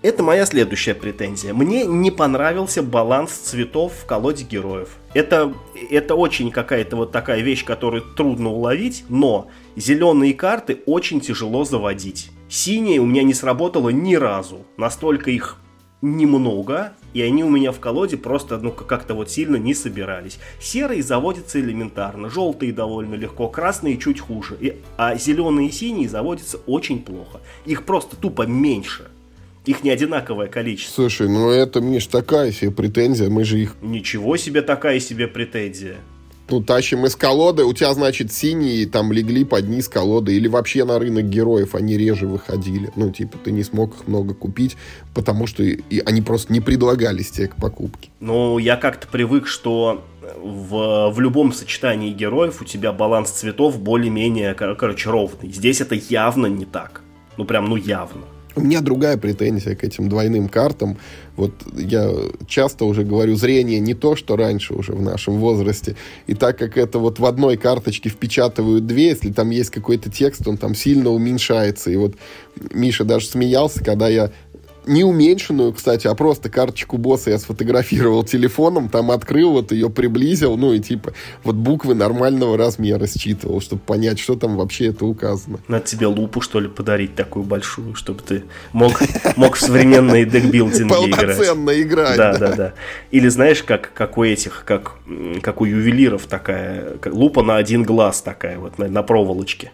Это моя следующая претензия. Мне не понравился баланс цветов в колоде героев. Это, это очень какая-то вот такая вещь, которую трудно уловить, но зеленые карты очень тяжело заводить. Синие у меня не сработало ни разу. Настолько их немного, и они у меня в колоде просто ну, как-то вот сильно не собирались. Серые заводятся элементарно, желтые довольно легко, красные чуть хуже, и, а зеленые и синие заводятся очень плохо. Их просто тупо меньше. Их не одинаковое количество. Слушай, ну это, Миш, такая себе претензия, мы же их... Ничего себе такая себе претензия. Ну, тащим из колоды, у тебя, значит, синие там легли под низ колоды, или вообще на рынок героев они реже выходили. Ну, типа, ты не смог их много купить, потому что и, и они просто не предлагались тебе к покупке. Ну, я как-то привык, что в, в любом сочетании героев у тебя баланс цветов более-менее, кор- короче, ровный. Здесь это явно не так. Ну, прям, ну, явно. У меня другая претензия к этим двойным картам. Вот я часто уже говорю, зрение не то, что раньше уже в нашем возрасте. И так как это вот в одной карточке впечатывают две, если там есть какой-то текст, он там сильно уменьшается. И вот Миша даже смеялся, когда я не уменьшенную, кстати, а просто карточку босса я сфотографировал телефоном, там открыл, вот ее приблизил, ну и типа вот буквы нормального размера считывал, чтобы понять, что там вообще это указано. Надо тебе лупу, что ли, подарить такую большую, чтобы ты мог, мог в современные декбилдинги играть. Полноценно играть. Да, да, да. Или знаешь, как, как у этих, как, как у ювелиров такая, лупа на один глаз такая вот на, на проволочке.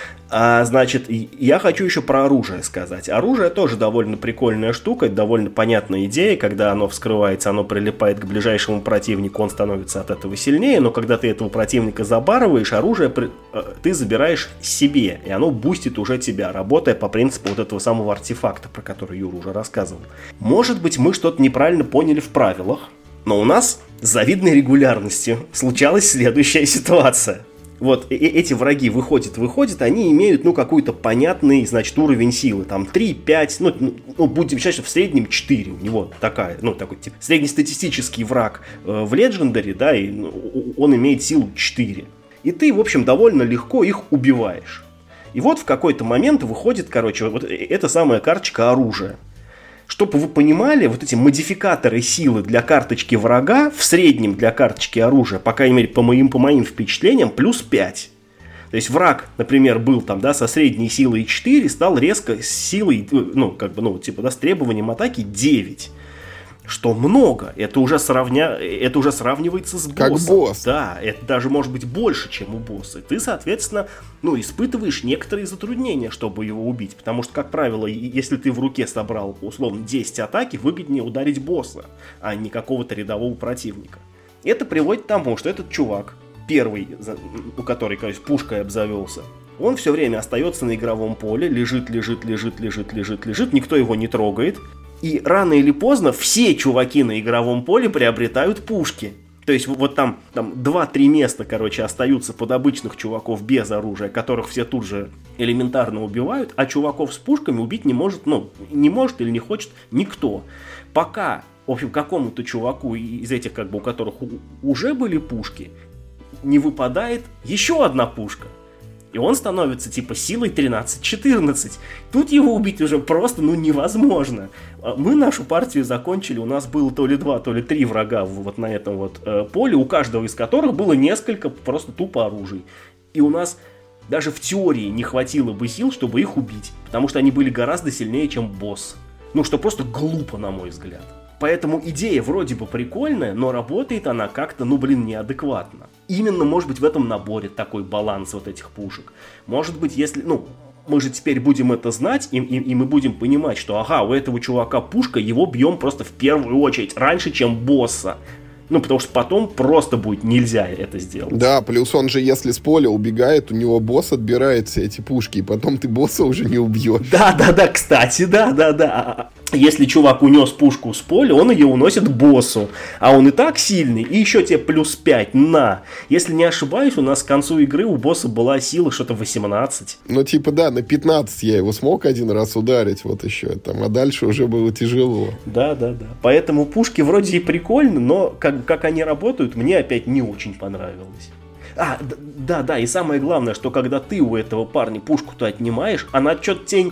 А, значит, я хочу еще про оружие сказать. Оружие тоже довольно прикольная штука, довольно понятная идея. Когда оно вскрывается, оно прилипает к ближайшему противнику, он становится от этого сильнее. Но когда ты этого противника забарываешь, оружие ты забираешь себе, и оно бустит уже тебя, работая по принципу вот этого самого артефакта, про который Юра уже рассказывал. Может быть, мы что-то неправильно поняли в правилах, но у нас с завидной регулярностью случалась следующая ситуация. Вот эти враги выходят, выходят, они имеют, ну, какой-то понятный, значит, уровень силы. Там три, пять, ну, ну, будем считать, что в среднем четыре у него такая, ну, такой, типа, среднестатистический враг э, в Legendary, да, и ну, он имеет силу четыре. И ты, в общем, довольно легко их убиваешь. И вот в какой-то момент выходит, короче, вот эта самая карточка оружия. Чтобы вы понимали, вот эти модификаторы силы для карточки врага, в среднем для карточки оружия, по крайней мере, по моим, по моим впечатлениям, плюс пять. То есть враг, например, был там, да, со средней силой четыре, стал резко с силой, ну, как бы, ну, типа, да, с требованием атаки девять. Что много, это уже, сравня... это уже сравнивается с боссом. Как босс. Да, это даже может быть больше, чем у босса. И ты, соответственно, ну, испытываешь некоторые затруднения, чтобы его убить. Потому что, как правило, если ты в руке собрал, условно, десять атаки, выгоднее ударить босса, а не какого-то рядового противника. Это приводит к тому, что этот чувак, первый, у которой, конечно, пушкой обзавелся, он все время остается на игровом поле, лежит, лежит, лежит, лежит, лежит, лежит, никто его не трогает. И рано или поздно все чуваки на игровом поле приобретают пушки. То есть вот там, там два-три места, короче, остаются под обычных чуваков без оружия, которых все тут же элементарно убивают, а чуваков с пушками убить не может, ну, не может или не хочет никто. Пока, в общем, какому-то чуваку из этих, как бы, у которых уже были пушки, не выпадает еще одна пушка. И он становится типа силой тринадцать-четырнадцать. Тут его убить уже просто, ну, невозможно. Мы нашу партию закончили, у нас было то ли два, то ли три врага вот на этом вот э, поле, у каждого из которых было несколько просто тупо оружий. И у нас даже в теории не хватило бы сил, чтобы их убить, потому что они были гораздо сильнее, чем босс. Ну, что просто глупо, на мой взгляд. Поэтому идея вроде бы прикольная, но работает она как-то, ну, блин, неадекватно. Именно, может быть, в этом наборе такой баланс вот этих пушек. Может быть, если, ну, мы же теперь будем это знать, и, и, и мы будем понимать, что, ага, у этого чувака пушка, его бьем просто в первую очередь, раньше, чем босса. Ну, потому что потом просто будет нельзя это сделать. Да, плюс он же, если с поля убегает, у него босс отбирает все эти пушки, и потом ты босса уже не убьешь. Да-да-да, кстати, да-да-да. Если чувак унес пушку с поля, он ее уносит боссу. А он и так сильный, и еще тебе плюс пять, на. Если не ошибаюсь, у нас к концу игры у босса была сила что-то восемнадцать. Ну, типа, да, на пятнадцать я его смог один раз ударить, вот еще там, а дальше уже было тяжело. Да-да-да. Поэтому пушки вроде и прикольны, но как, как они работают, мне опять не очень понравилось. А, да-да, и самое главное, что когда ты у этого парня пушку-то отнимаешь, она что-то тень...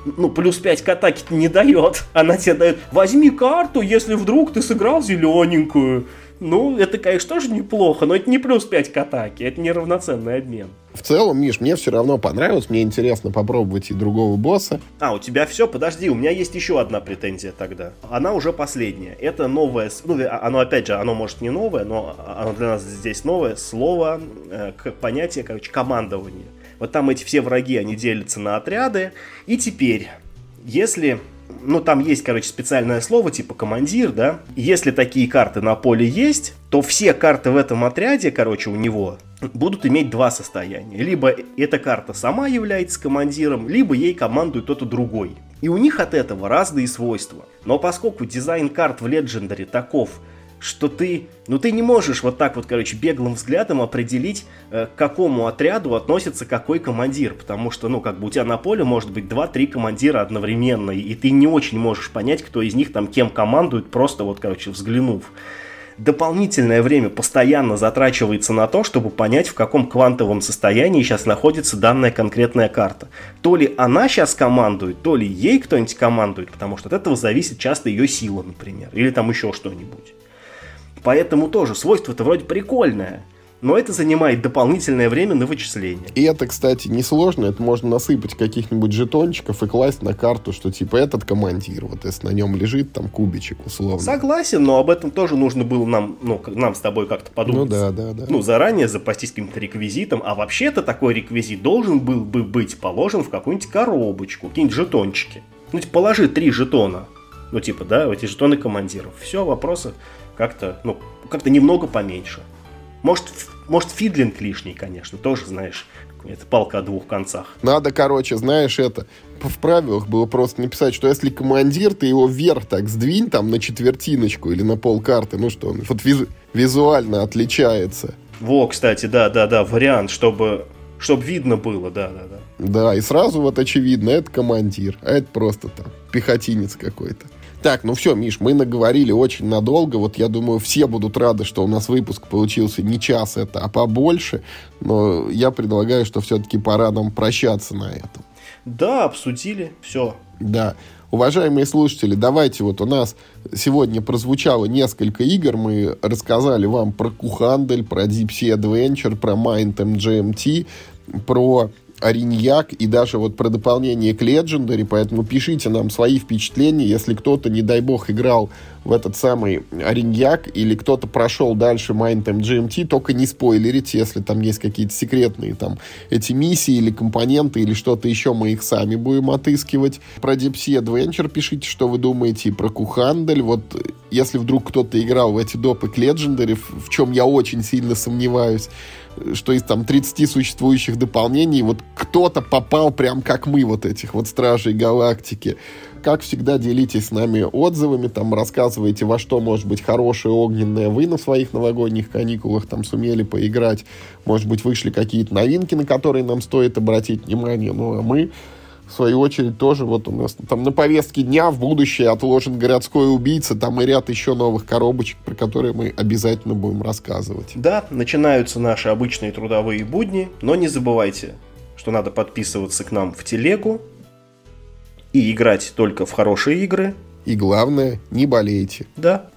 ну, плюс пять к атаке не дает. Она тебе дает, возьми карту, если вдруг ты сыграл зелененькую. Ну, это, конечно, тоже неплохо, но это не плюс пять к атаке, это неравноценный обмен. В целом, Миш, мне все равно понравилось, мне интересно попробовать и другого босса. А, у тебя все? Подожди, у меня есть еще одна претензия тогда. Она уже последняя. Это новое, ну, оно опять же, оно может не новое, но оно для нас здесь новое слово, э, понятие, короче, командование. Вот там эти все враги, они делятся на отряды, и теперь, если... Ну, там есть, короче, специальное слово, типа командир, да. Если такие карты на поле есть, то все карты в этом отряде, короче, у него будут иметь два состояния. Либо эта карта сама является командиром, либо ей командует кто-то другой. И у них от этого разные свойства. Но поскольку дизайн карт в Legendary таков, что ты, ну ты не можешь вот так вот, короче, беглым взглядом определить, э, к какому отряду относится какой командир, потому что, ну, как бы у тебя на поле может быть два-три командира одновременно, и ты не очень можешь понять, кто из них там кем командует, просто вот, короче, взглянув. Дополнительное время постоянно затрачивается на то, чтобы понять, в каком квантовом состоянии сейчас находится данная конкретная карта. То ли она сейчас командует, то ли ей кто-нибудь командует, потому что от этого зависит часто ее сила, например, или там еще что-нибудь. Поэтому тоже свойство-то вроде прикольное, но это занимает дополнительное время на вычисление. И это, кстати, несложно. Это можно насыпать каких-нибудь жетончиков и класть на карту, что типа этот командир, вот если на нем лежит там кубичек условно. Согласен, но об этом тоже нужно было нам, ну, нам с тобой как-то подумать. Ну да, да, да. Ну, заранее запастись каким-то реквизитом, а вообще-то такой реквизит должен был бы быть положен в какую-нибудь коробочку, какие-нибудь жетончики. Ну, типа, положи три жетона. Ну, типа, да, эти жетоны командиров. Все, вопросы как-то, ну, как-то немного поменьше. Может, может, фидлинг лишний, конечно, тоже, знаешь, это палка о двух концах. Надо, короче, знаешь, это, в правилах было просто написать, что если командир, ты его вверх так сдвинь, там, на четвертиночку или на полкарты, ну, что он вот визу- визуально отличается. Во, кстати, да-да-да, вариант, чтобы... Чтобы видно было, да-да-да. Да, и сразу вот очевидно, это командир, а это просто там пехотинец какой-то. Так, ну все, Миш, мы наговорили очень надолго. Вот я думаю, все будут рады, что у нас выпуск получился не час это, а побольше. Но я предлагаю, что все-таки пора нам прощаться на этом. Да, обсудили, все. Да. Уважаемые слушатели, давайте вот у нас сегодня прозвучало несколько игр. Мы рассказали вам про Кухандель, про Deep Sea Adventure, про Mind эм джи эм ти, про Ариньяк и даже вот про дополнение к Legendary, поэтому пишите нам свои впечатления, если кто-то, не дай бог, играл в этот самый Ариньяк или кто-то прошел дальше Mind эм джи эм ти, только не спойлерите, если там есть какие-то секретные там эти миссии или компоненты или что-то еще, мы их сами будем отыскивать. Про Deep Sea Adventure пишите, что вы думаете, и про Кухандель. Вот если вдруг кто-то играл в эти допы к Legendary, в чем я очень сильно сомневаюсь, что из там тридцати существующих дополнений вот кто-то попал прям как мы, вот этих вот Стражей Галактики. Как всегда, делитесь с нами отзывами, там рассказывайте, во что может быть хорошее огненное вы на своих новогодних каникулах там сумели поиграть. Может быть, вышли какие-то новинки, на которые нам стоит обратить внимание. Ну, а мы, в свою очередь, тоже вот у нас там на повестке дня в будущее отложен «Городской убийца», там и ряд еще новых коробочек, про которые мы обязательно будем рассказывать. Да, начинаются наши обычные трудовые будни, но не забывайте, что надо подписываться к нам в телегу и играть только в хорошие игры. И главное, не болейте. Да.